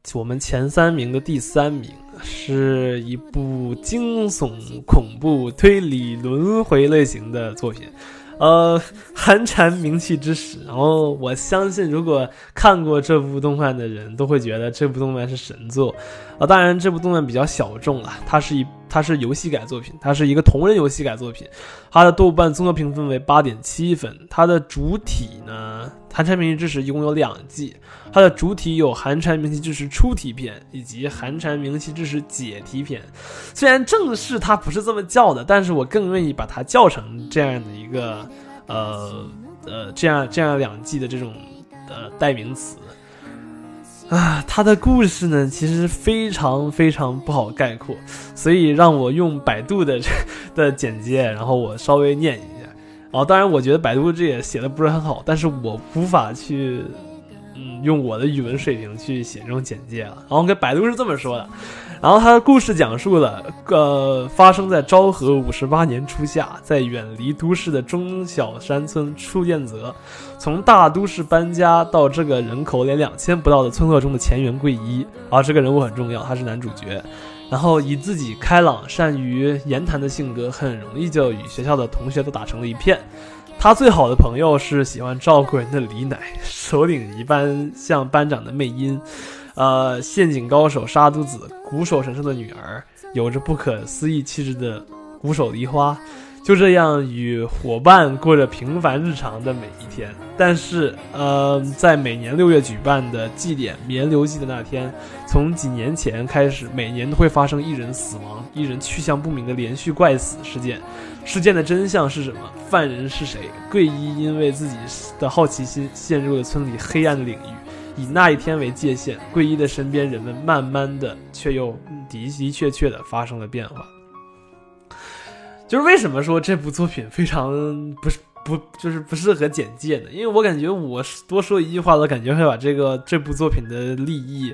我们前3名的第3名是一部惊悚、恐怖、推理、轮回类型的作品，寒蝉鸣泣之时。然后我相信，如果看过这部动漫的人，都会觉得这部动漫是神作。当然，这部动漫比较小众了，它是游戏改作品，它是一个同人游戏改作品。它的豆瓣综合评分为8.7分。它的主体呢，《寒蝉鸣泣之时》一共有2季，它的主体有《寒蝉鸣泣之时》初题篇以及《寒蝉鸣泣之时》解题篇。虽然正式它不是这么叫的，但是我更愿意把它叫成这样的一个这样2季的这种代名词。它的故事呢，其实非常非常不好概括，所以让我用百度的简介，然后我稍微念一下。当然我觉得百度这也写的不是很好，但是我无法去用我的语文水平去写这种简介了。然后跟百度是这么说的，然后他的故事讲述了发生在昭和58年初夏，在远离都市的中小山村初见泽从大都市搬家到这个人口连2000不到的村落中的前原贵一。这个人物很重要，他是男主角。然后以自己开朗善于言谈的性格，很容易就与学校的同学都打成了一片。他最好的朋友是喜欢照顾人的李奶，首领一般像班长的魅音，陷阱高手沙都子，鼓手神社的女儿，有着不可思议气质的鼓手梨花。就这样与伙伴过着平凡日常的每一天。但是在每年6月举办的祭典绵流祭的那天，从几年前开始，每年都会发生一人死亡、一人去向不明的连续怪死事件。事件的真相是什么？犯人是谁？贵一因为自己的好奇心陷入了村里黑暗的领域，以那一天为界限，贵一的身边人们慢慢的却又的确的发生了变化。就是为什么说这部作品非常不适合简介呢？因为我感觉我多说一句话，我感觉会把这部作品的利益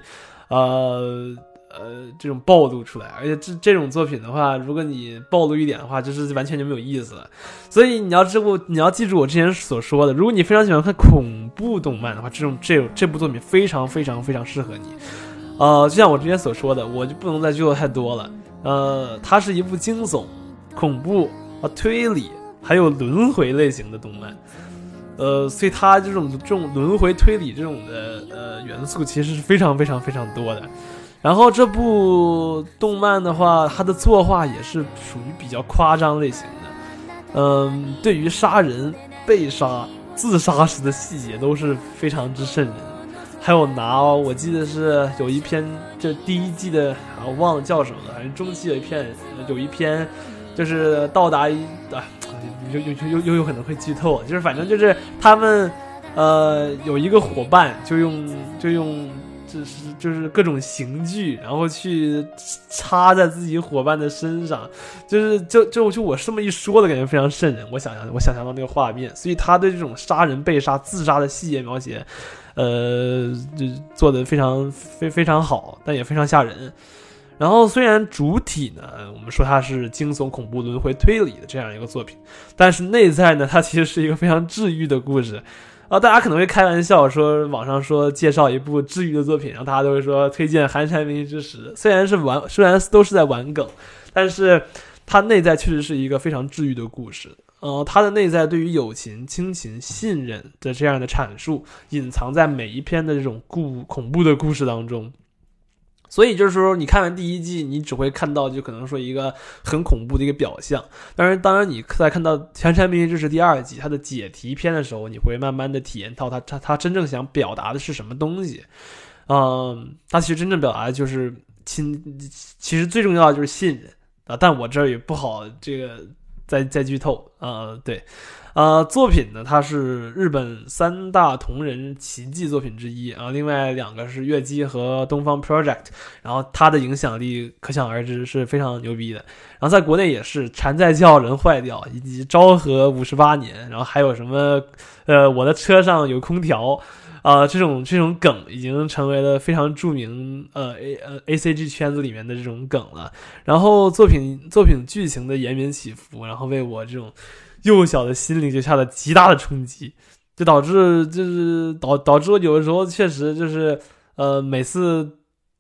这种暴露出来。而且这种作品的话，如果你暴露一点的话，就是完全就没有意思了。所以你要记住我之前所说的，如果你非常喜欢看恐怖动漫的话，这部作品非常非常非常适合你。就像我之前所说的，我就不能再剧透太多了。它是一部惊悚、恐怖、推理还有轮回类型的动漫。所以它这种轮回推理这种的元素其实是非常非常非常多的。然后这部动漫的话，它的作画也是属于比较夸张类型的。对于杀人、被杀、自杀时的细节都是非常之瘆人。还有我记得是有一篇，就第1季的我忘了叫什么了，反正中期有一篇就是到达又可能会剧透，就是反正就是他们有一个伙伴就用就是各种刑具，然后去插在自己伙伴的身上，就我这么一说的感觉非常瘆人。我想象到那个画面，所以他对这种杀人、被杀、自杀的细节描写，就做得非常好，但也非常吓人。然后虽然主体呢，我们说它是惊悚、恐怖、轮回、推理的这样一个作品，但是内在呢，它其实是一个非常治愈的故事。大家可能会开玩笑说，网上说介绍一部治愈的作品，然后大家都会说推荐《寒蝉鸣泣之时》。虽然都是在玩梗，但是它内在确实是一个非常治愈的故事。它的内在对于友情、亲情、信任的这样的阐述，隐藏在每一篇的这种恐怖的故事当中。所以就是说，你看完第1季，你只会看到就可能说一个很恐怖的一个表象。当然你在看到《寒蝉鸣泣之时》第2季它的解题篇的时候，你会慢慢的体验到它真正想表达的是什么东西。它其实真正表达的就是其实最重要的就是信任啊。但我这儿也不好这个再剧透对。作品呢，它是日本3大同人奇迹作品之一啊，另外2个是月姬和东方 Project， 然后它的影响力可想而知是非常牛逼的。然后在国内也是蝉在叫人坏掉，以及昭和58年，然后还有什么我的车上有空调这种梗已经成为了非常著名ACG 圈子里面的这种梗了。然后作品剧情的延绵起伏，然后为我这种幼小的心灵就下了极大的冲击，就导致我有的时候确实就是每次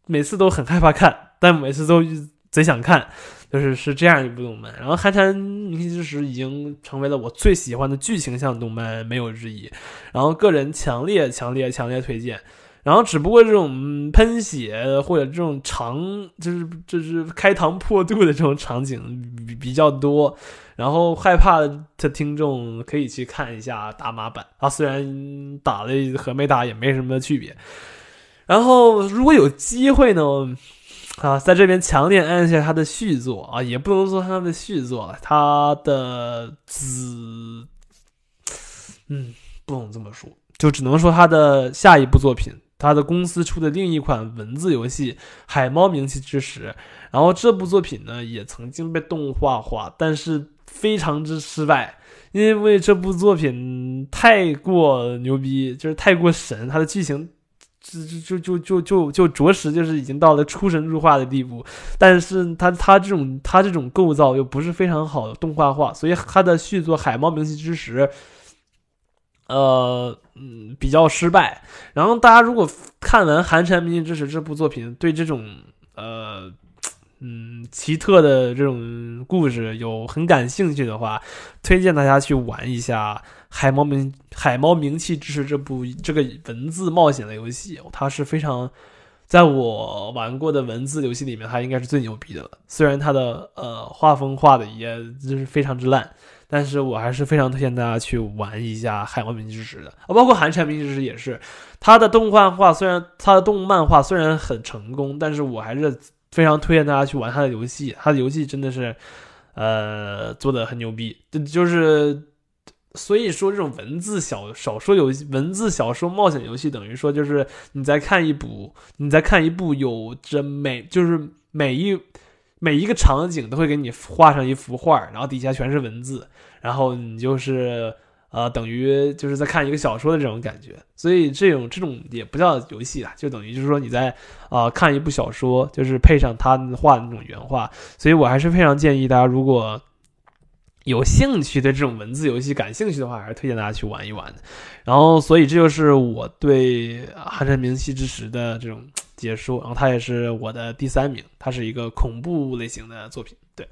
每次都很害怕看，但每次都贼想看，是这样一部动漫。然后寒蝉鸣泣之时已经成为了我最喜欢的剧情向动漫，没有之一。然后个人强烈推荐。然后只不过这种喷血或者这种就是开膛破肚的这种场景比较多，然后害怕的听众可以去看一下打码版啊，虽然打了和没打也没什么区别。然后如果有机会呢，在这边强烈按下他的续作啊，也不能说他的续作，他的不能这么说，就只能说他的下一部作品。他的公司出的另一款文字游戏《海猫鸣泣之时》，然后这部作品呢也曾经被动画化，但是非常之失败，因为这部作品太过牛逼，就是太过神，它的剧情就着实就是已经到了出神入化的地步，但是它这种构造又不是非常好的动画化，所以它的续作《海猫鸣泣之时》比较失败。然后大家如果看完《寒蝉鸣泣之时》这部作品，对这种奇特的这种故事有很感兴趣的话，推荐大家去玩一下《海猫鸣泣之时》这个文字冒险的游戏。它是非常，在我玩过的文字游戏里面，它应该是最牛逼的了。虽然它的画风画的也就是非常之烂，但是我还是非常推荐大家去玩一下《海猫鸣泣之时》的，包括《寒蝉鸣泣之时》也是。它的动漫化虽然很成功，但是我还是非常推荐大家去玩它的游戏。它的游戏真的是做的很牛逼，就是所以说这种文字小说游戏、文字小说冒险游戏，等于说就是你在看一部有着就是每一个场景都会给你画上一幅画，然后底下全是文字，然后你就是等于就是在看一个小说的这种感觉。所以这种也不叫游戏啦，就等于就是说你在看一部小说，就是配上他画的那种原画。所以我还是非常建议大家，如果有兴趣对这种文字游戏感兴趣的话，还是推荐大家去玩一玩的。然后所以这就是我对《寒蝉鸣泣之时》的这种解说，然后它也是我的第3名，它是一个恐怖类型的作品。对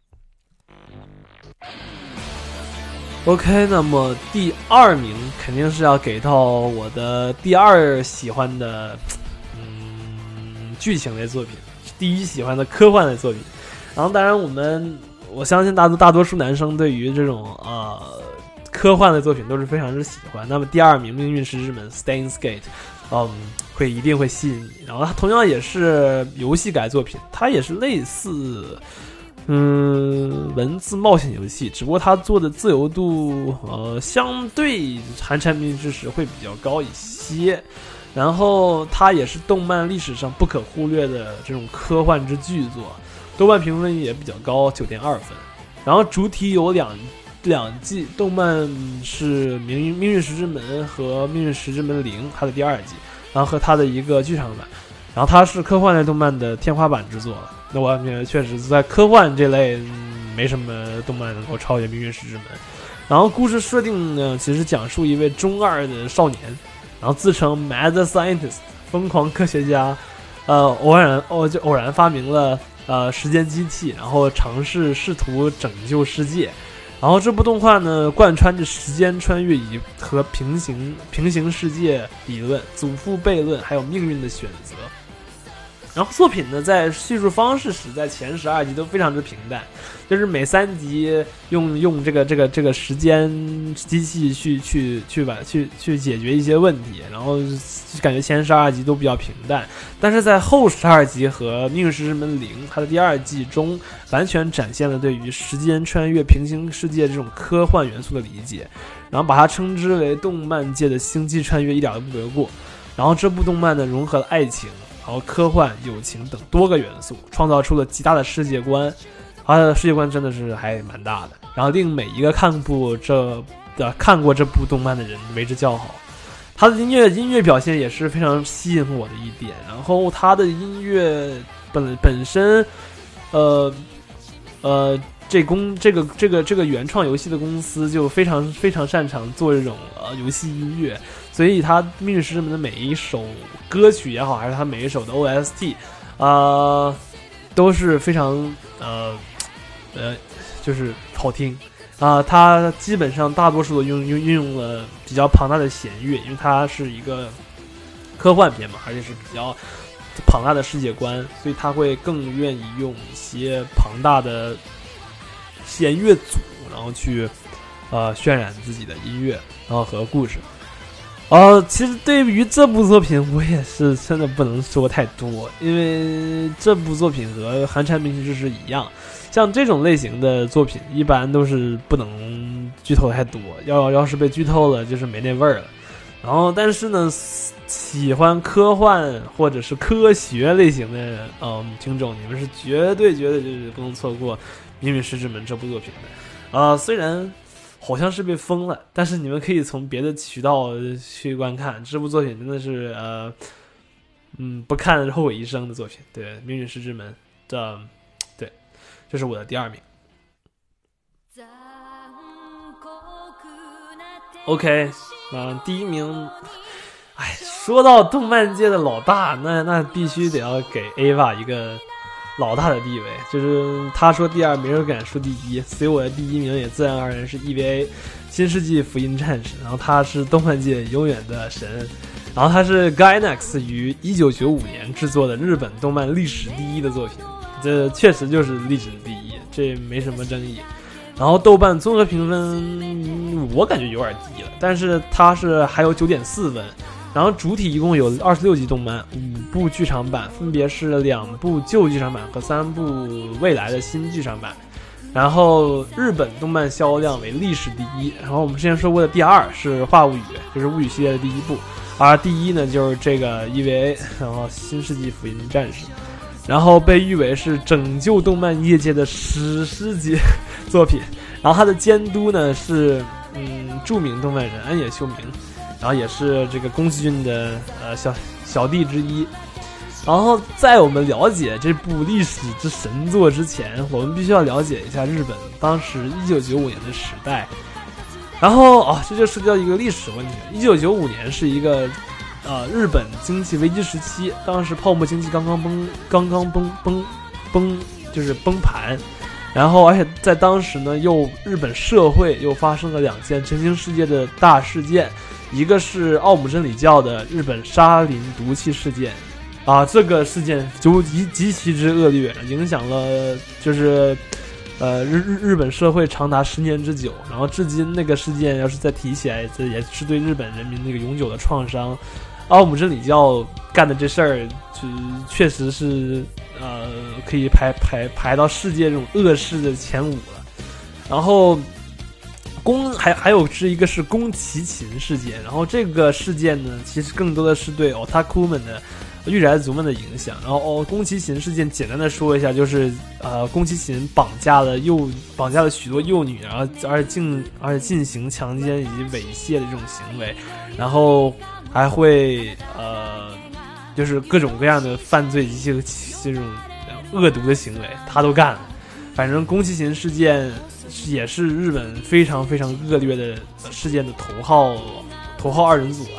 OK， 那么第2名肯定是要给到我的第2喜欢的剧情类作品，第1喜欢的科幻类作品。然后当然我相信大多数男生对于这种科幻的作品都是非常之喜欢。那么第2名《命运石之门》 Steins Gate 一定会吸引你。然后它同样也是游戏改作品，它也是类似文字冒险游戏，只不过它做的自由度相对《寒蝉鸣泣之时》会比较高一些。然后它也是动漫历史上不可忽略的这种科幻之巨作，豆瓣评分也比较高，9.2分。然后主体有两季，动漫是命运石之门和命运石之门0，它的第2季，然后和它的一个剧场版。然后它是科幻类动漫的天花板之作了。那我确实在科幻这类没什么动漫能够超越命运石之门。然后故事设定呢，其实讲述一位中2的少年，然后自称 Mad Scientist 疯狂科学家，偶然发明了时间机器，然后试图拯救世界。然后这部动画呢，贯穿着时间穿越和平行世界理论、祖父悖论，还有命运的选择。然后作品呢，在叙述方式时，在前12集都非常之平淡，就是每3集用这个时间机器去解决一些问题，然后感觉前12集都比较平淡。但是在后12集和《命运石之门0》它的第2季中，完全展现了对于时间穿越、平行世界这种科幻元素的理解，然后把它称之为动漫界的星际穿越，一点都不为过。然后这部动漫呢，融合了爱情、然后科幻、友情等多个元素，创造出了极大的世界观。它的世界观真的是还蛮大的，然后令每一个看过这部动漫的人为之叫好。它的音乐表现也是非常吸引我的一点。然后它的音乐本身这个原创游戏的公司就非常非常擅长做这种游戏音乐，所以他《命运石之门》的每一首歌曲也好，还是他每一首的 OST，都是非常就是好听它基本上大多数都运用了比较庞大的弦乐，因为它是一个科幻片嘛，而且是比较庞大的世界观，所以他会更愿意用一些庞大的弦乐组，然后去渲染自己的音乐，然后和故事。其实对于这部作品，我也是真的不能说太多，因为这部作品和《寒蝉鸣泣之时》一样，像这种类型的作品，一般都是不能剧透太多，要是被剧透了，就是没那味儿了。然后，但是呢，喜欢科幻或者是科学类型的听众，你们是绝对就是不能错过《命运石之门》这部作品的。虽然好像是被封了，但是你们可以从别的渠道去观看这部作品，真的是不看后悔一生的作品。对，《命运石之门》的，对，这是我的第2名。OK， 第1名，说到动漫界的老大，那必须得要给 AVA 一个老大的地位，就是他说第2，没人敢说第1，所以我的第1名也自然而然是 EVA 新世纪福音战士，然后他是动漫界永远的神，然后他是 Gainax 于1995年制作的日本动漫历史第1的作品，这确实就是历史第1，这没什么争议。然后豆瓣综合评分我感觉有点低了，但是它是还有 9.4 分，然后主体一共有26集动漫，5部剧场版，分别是2部旧剧场版和3部未来的新剧场版。然后日本动漫销量为历史第1，然后我们之前说过的第2是《化物语》，就是物语系列的第1部，而第1呢就是这个 EVA， 然后新世纪福音战士，然后被誉为是拯救动漫业界的史诗级作品。然后他的监督呢是著名动漫人安野秀明，然后也是这个宫崎骏的小弟之一。然后在我们了解这部历史之神作之前，我们必须要了解一下日本当时1995年的时代。然后这就涉及到一个历史问题。1995年是一个日本经济危机时期，当时泡沫经济刚刚就是崩盘。然后而且在当时呢，日本社会又发生了2件震惊世界的大事件，一个是奥姆真理教的日本沙林毒气事件，这个事件就极其之恶劣，影响了就是日本社会长达10年之久。然后至今那个事件要是再提起来，这也是对日本人民那个永久的创伤。奥姆真理教干的这事儿，就确实是可以排到世界这种恶事的前5了。然后还有是一个是宫崎勤事件，然后这个事件呢，其实更多的是对 otaku 们的御宅族们的影响。然后宫崎勤事件简单的说一下，就是宫崎勤绑架了许多幼女，然后而且进行强奸以及猥亵的这种行为，然后还会就是各种各样的犯罪及这种恶毒的行为他都干了。反正宫崎勤事件也是日本非常非常恶劣的事件的头号2人组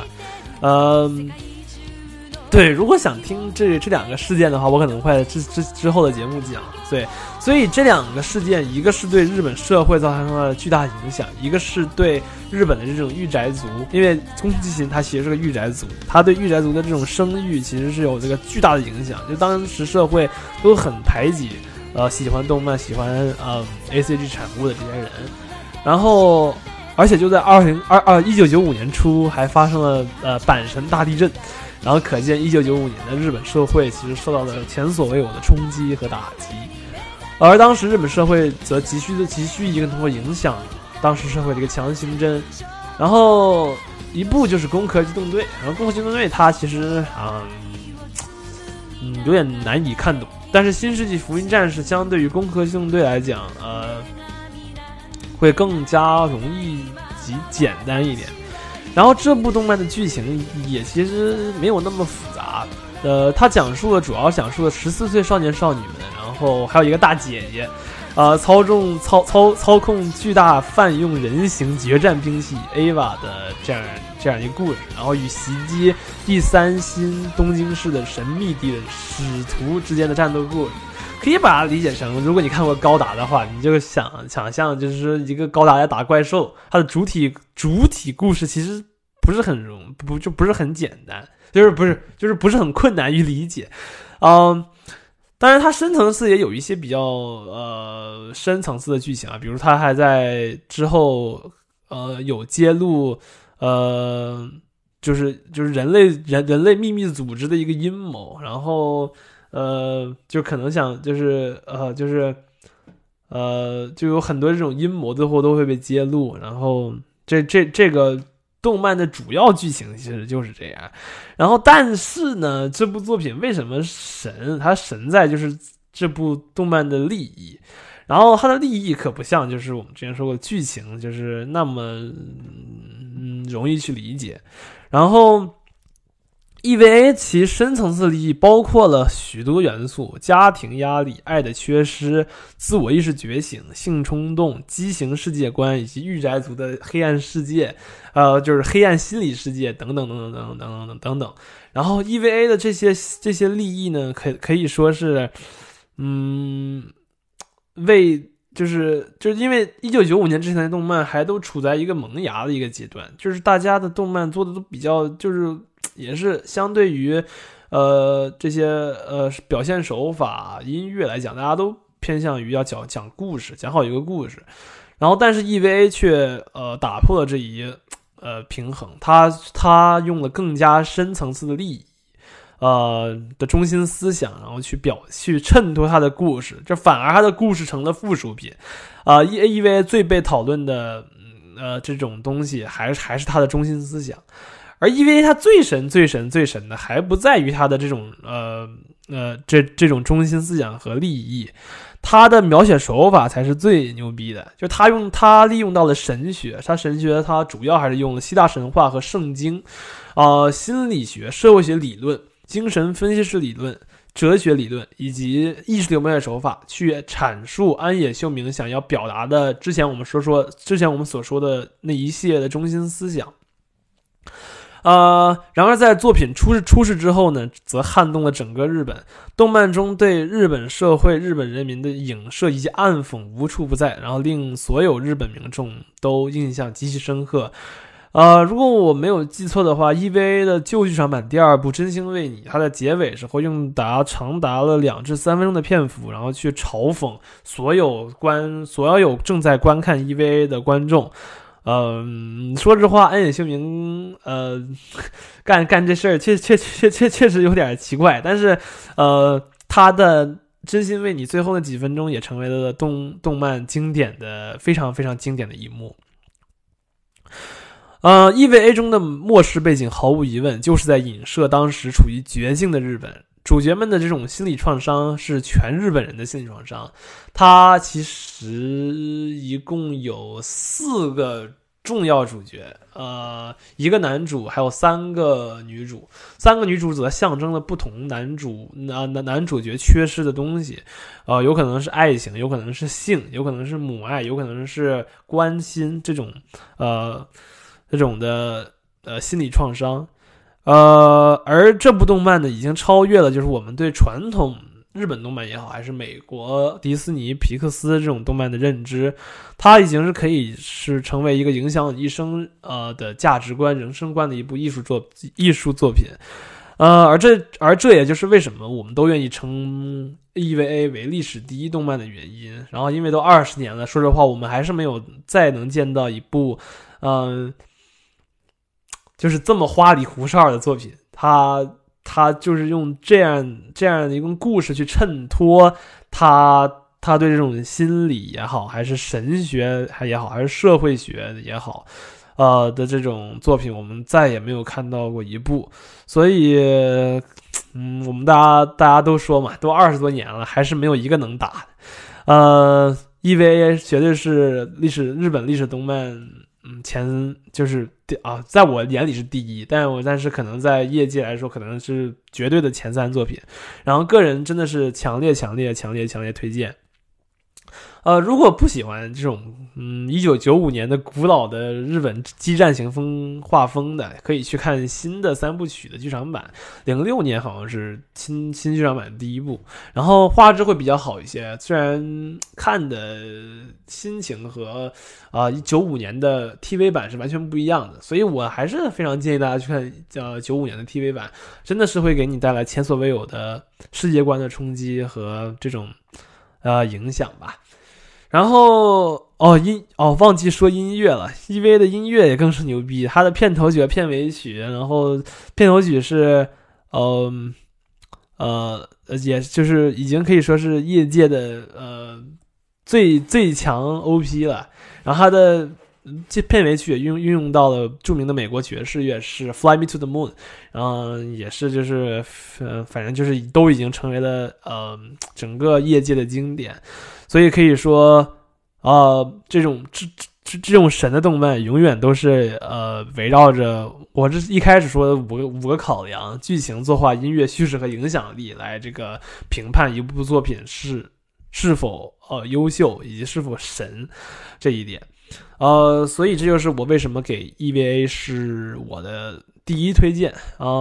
对，如果想听这2个事件的话，我可能会之后的节目讲。对，所以这2个事件，一个是对日本社会造成了巨大影响，一个是对日本的这种御宅族，因为宫崎勤他其实是个御宅族，他对御宅族的这种声誉其实是有这个巨大的影响。就当时社会都很排挤喜欢动漫、喜欢ACG 产物的这些人。然后而且就在1995年初还发生了阪神大地震。然后可见1995年的日本社会其实受到了前所未有的冲击和打击，而当时日本社会则急需一个能够影响当时社会的一个强心针。然后一部就是《攻壳机动队》，然后《攻壳机动队》它其实有点难以看懂，但是《新世纪福音战士》相对于《攻壳机动队》来讲会更加容易及简单一点。然后这部动漫的剧情也其实没有那么复杂，它主要讲述了14岁少年少女们，然后还有一个大姐姐， 操控巨大泛用人形决战兵器 AVA 的这样一个故事，然后与袭击第3新东京市的神秘敌人使徒之间的战斗故事。可以把它理解成，如果你看过高达的话，你就想象就是说一个高达在打怪兽，它的主体故事其实不是很不是很简单，就是不是很困难于理解。当然它深层次也有一些比较深层次的剧情啊，比如它还在之后有揭露就是人类秘密组织的一个阴谋，然后就可能想就有很多这种阴谋最后都会被揭露，然后这个动漫的主要剧情其实就是这样。然后但是呢，这部作品为什么神？它神在就是这部动漫的利益，然后它的利益可不像就是我们之前说过剧情就是那么容易去理解。然后EVA 其深层次利益包括了许多元素：家庭压力、爱的缺失、自我意识觉醒、性冲动、畸形世界观，以及御宅族的黑暗世界，就是黑暗心理世界等等等等等等等等等等。然后 EVA 的这些利益呢，可以说是，就是因为1995年之前的动漫还都处在一个萌芽的一个阶段，就是大家的动漫做的都比较就是也是相对于这些表现手法音乐来讲，大家都偏向于要讲故事，讲好一个故事。然后但是 EVA 却打破了这一平衡，他用了更加深层次的利益的中心思想，然后去衬托他的故事，这反而他的故事成了附属品。EVA 最被讨论的这种东西还是他的中心思想。而EVA 它最神的还不在于它的这种这种中心思想和利益，它的描写手法才是最牛逼的。就他利用到了神学，它主要还是用了希腊神话和圣经，心理学、社会学理论、精神分析式理论、哲学理论以及意识流描写手法去阐述安野秀明想要表达的之前我们所说的那一系列的中心思想。然而在作品出世之后呢，则撼动了整个日本。动漫中对日本社会、日本人民的影射以及暗讽无处不在，然后令所有日本民众都印象极其深刻。如果我没有记错的话 ，EVA 的旧剧场版第2部《真心为你》，它的结尾时候用长达了2至3分钟的篇幅，然后去嘲讽所有正在观看 EVA 的观众。说实话，安野秀明干这事儿确实有点奇怪，但是他的真心为你最后那几分钟也成为了动漫非常非常经典的一幕。EVA 中的末世背景毫无疑问就是在影射当时处于绝境的日本。主角们的这种心理创伤是全日本人的心理创伤。他其实一共有4个重要主角，一个男主，还有3个女主。3个女主则象征了不同男主角缺失的东西，有可能是爱情，有可能是性，有可能是母爱，有可能是关心这种的心理创伤。而这部动漫呢，已经超越了就是我们对传统日本动漫也好，还是美国迪士尼、皮克斯这种动漫的认知，它已经是可以是成为一个影响一生的价值观、人生观的一部艺术作品。而这也就是为什么我们都愿意称 EVA 为历史第一动漫的原因。然后因为都20年了，说实话，我们还是没有再能见到一部就是这么花里胡哨的作品。他就是用这样的一个故事去衬托他对这种心理也好，还是神学也好，还是社会学也好的这种作品，我们再也没有看到过一部。所以我们大家都说嘛，都20多年了，还是没有一个能打的。EVA 绝对是日本历史动漫前就是在我眼里是第一，但是可能在业界来说可能是绝对的前3作品。然后个人真的是强烈推荐。 如果不喜欢这种1995年的古老的日本激战型画风的，可以去看新的3部曲的剧场版，06年好像是新剧场版第1部，然后画质会比较好一些，虽然看的心情和95年的 TV 版是完全不一样的，所以我还是非常建议大家去看95年的 TV 版，真的是会给你带来前所未有的世界观的冲击和这种影响吧。然后忘记说音乐了 ，EVA 的音乐也更是牛逼，它的片头曲和片尾曲，然后片头曲是也就是已经可以说是业界的最强 OP 了，然后它的这片尾曲也运用到了著名的美国爵士乐，是 Fly Me to the Moon， 也是就是反正就是都已经成为了整个业界的经典，所以可以说这种神的动漫永远都是围绕着我这一开始说的五个考量：剧情、作画、音乐、叙事和影响力来这个评判一部作品是否优秀以及是否神这一点。所以这就是我为什么给 EVA 是我的第一推荐。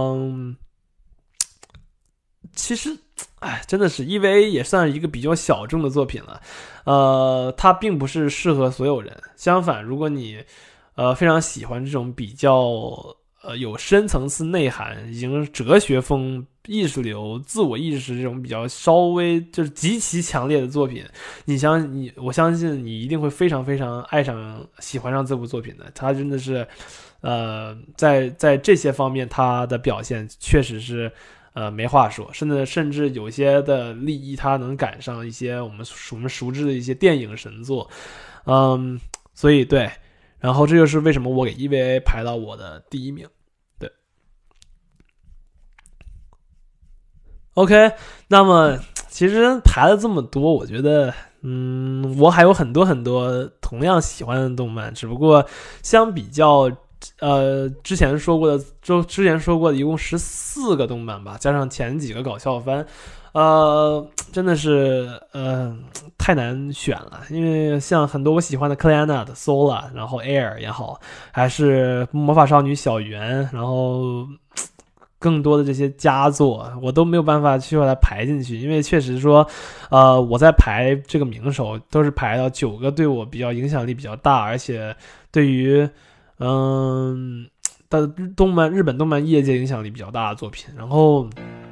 其实真的是 EVA 也算是一个比较小众的作品了，它并不是适合所有人。相反，如果你非常喜欢这种比较有深层次内涵、已经哲学风、艺术流、自我意识这种比较稍微就是极其强烈的作品，我相信你一定会非常非常喜欢上这部作品的。它真的是在这些方面它的表现确实是没话说，甚至有些的立意它能赶上一些我们熟知的一些电影神作。所以对，然后这就是为什么我给 EVA 排到我的第1名。对 OK， 那么其实排了这么多，我觉得我还有很多很多同样喜欢的动漫，只不过相比较之前说过的一共14个动漫吧，加上前几个搞笑番，真的是太难选了。因为像很多我喜欢的克莱安娜的 Sola， 然后 Air 也好，还是魔法少女小圆，然后更多的这些佳作我都没有办法去把它排进去，因为确实说我在排这个名首都是排到9个对我比较影响力比较大，而且对于日本动漫业界影响力比较大的作品。然后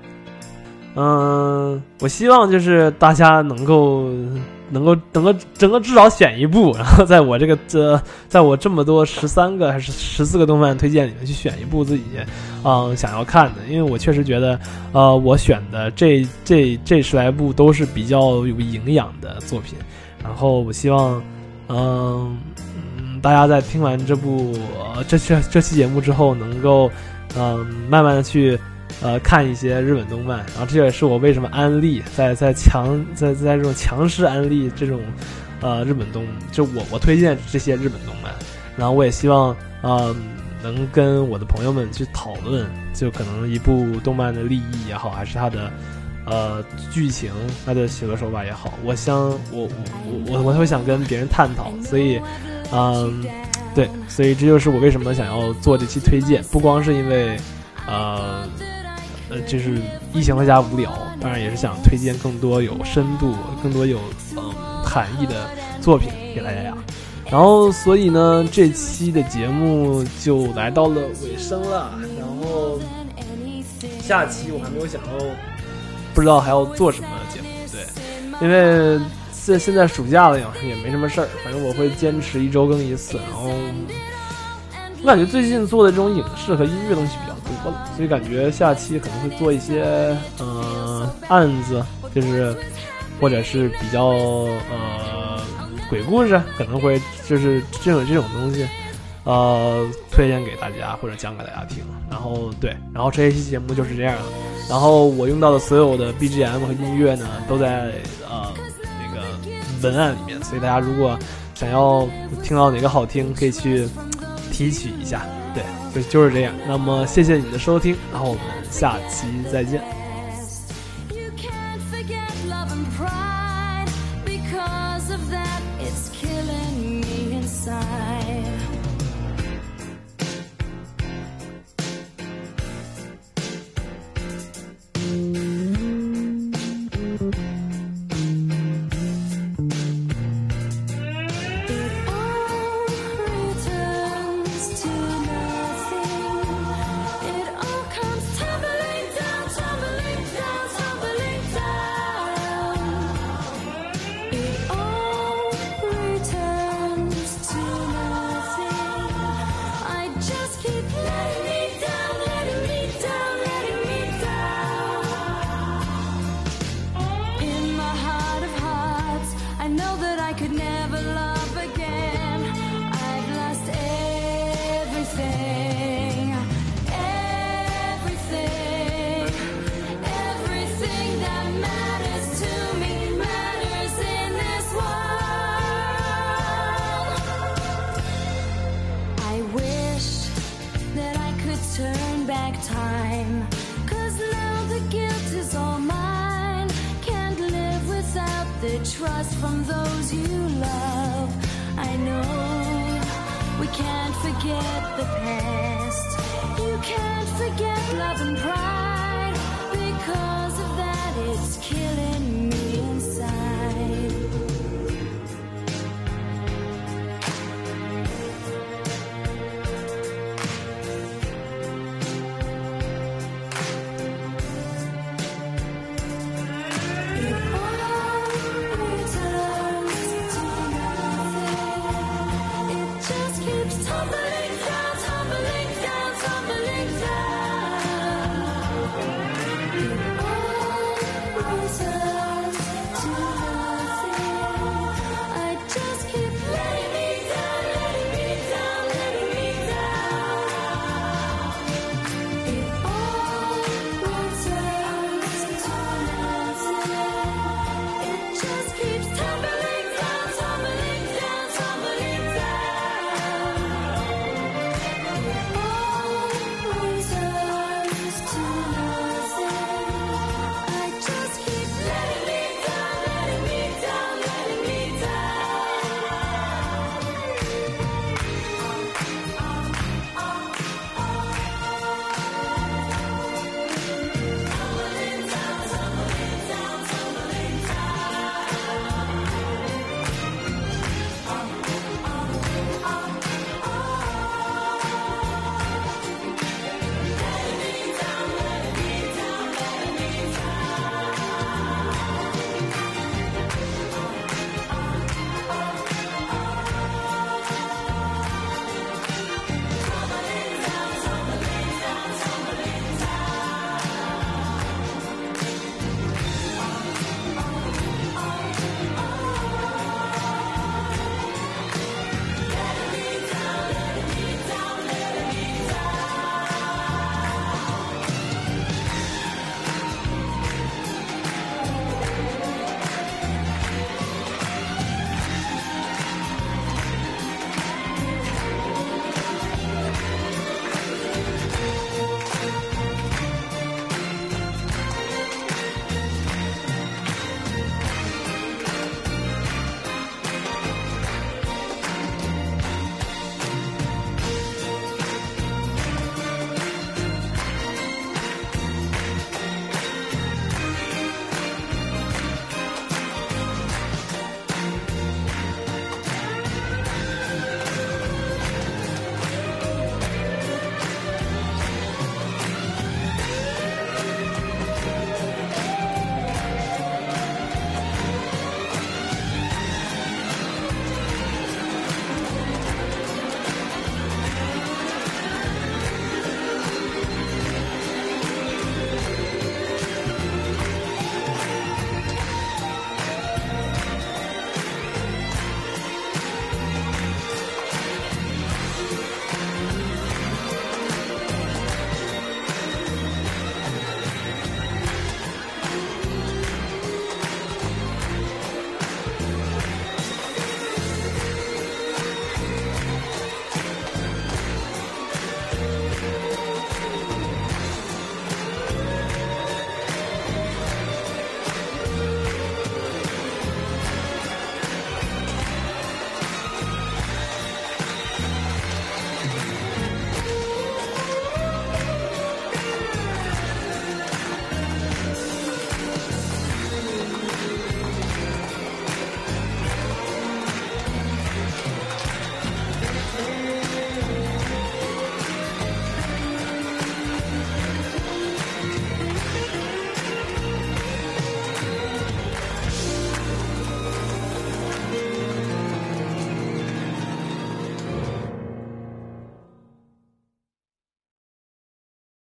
我希望就是大家能够整个至少选一部，然后在我这么多13个还是14个动漫推荐里面去选一部自己想要看的。因为我确实觉得我选的这10来部都是比较有营养的作品，然后我希望大家在听完这期节目之后能够慢慢的去看一些日本动漫，然后这也是我为什么安利在这种强势安利这种日本动漫，就我推荐这些日本动漫，然后我也希望能跟我的朋友们去讨论，就可能一部动漫的立意也好，还是它的剧情、它的写作手法也好，我会想跟别人探讨，所以对，所以这就是我为什么想要做这期推荐，不光是因为就是疫情在家无聊，当然也是想推荐更多有深度、更多有含义的作品给大家呀。然后所以呢，这期的节目就来到了尾声了，然后下期我还没有想到，不知道还要做什么节目。对，因为现在暑假了呀，也没什么事儿，反正我会坚持1周更1次。然后我感觉最近做的这种影视和音乐东西比较多了，所以感觉下期可能会做一些案子，就是或者是比较鬼故事，可能会就是这种东西推荐给大家或者讲给大家听。然后对，然后这一期节目就是这样了。然后我用到的所有的 BGM 和音乐呢，都在那个文案里面，所以大家如果想要听到哪个好听，可以去提取一下。对，就是这样。那么谢谢你的收听，然后我们下期再见。 because of that, it's killing me inside. Turn back time, 'cause now the guilt is all mine. Can't live without the trust from those you love. I know we can't forget the past. You can't forget love and pride.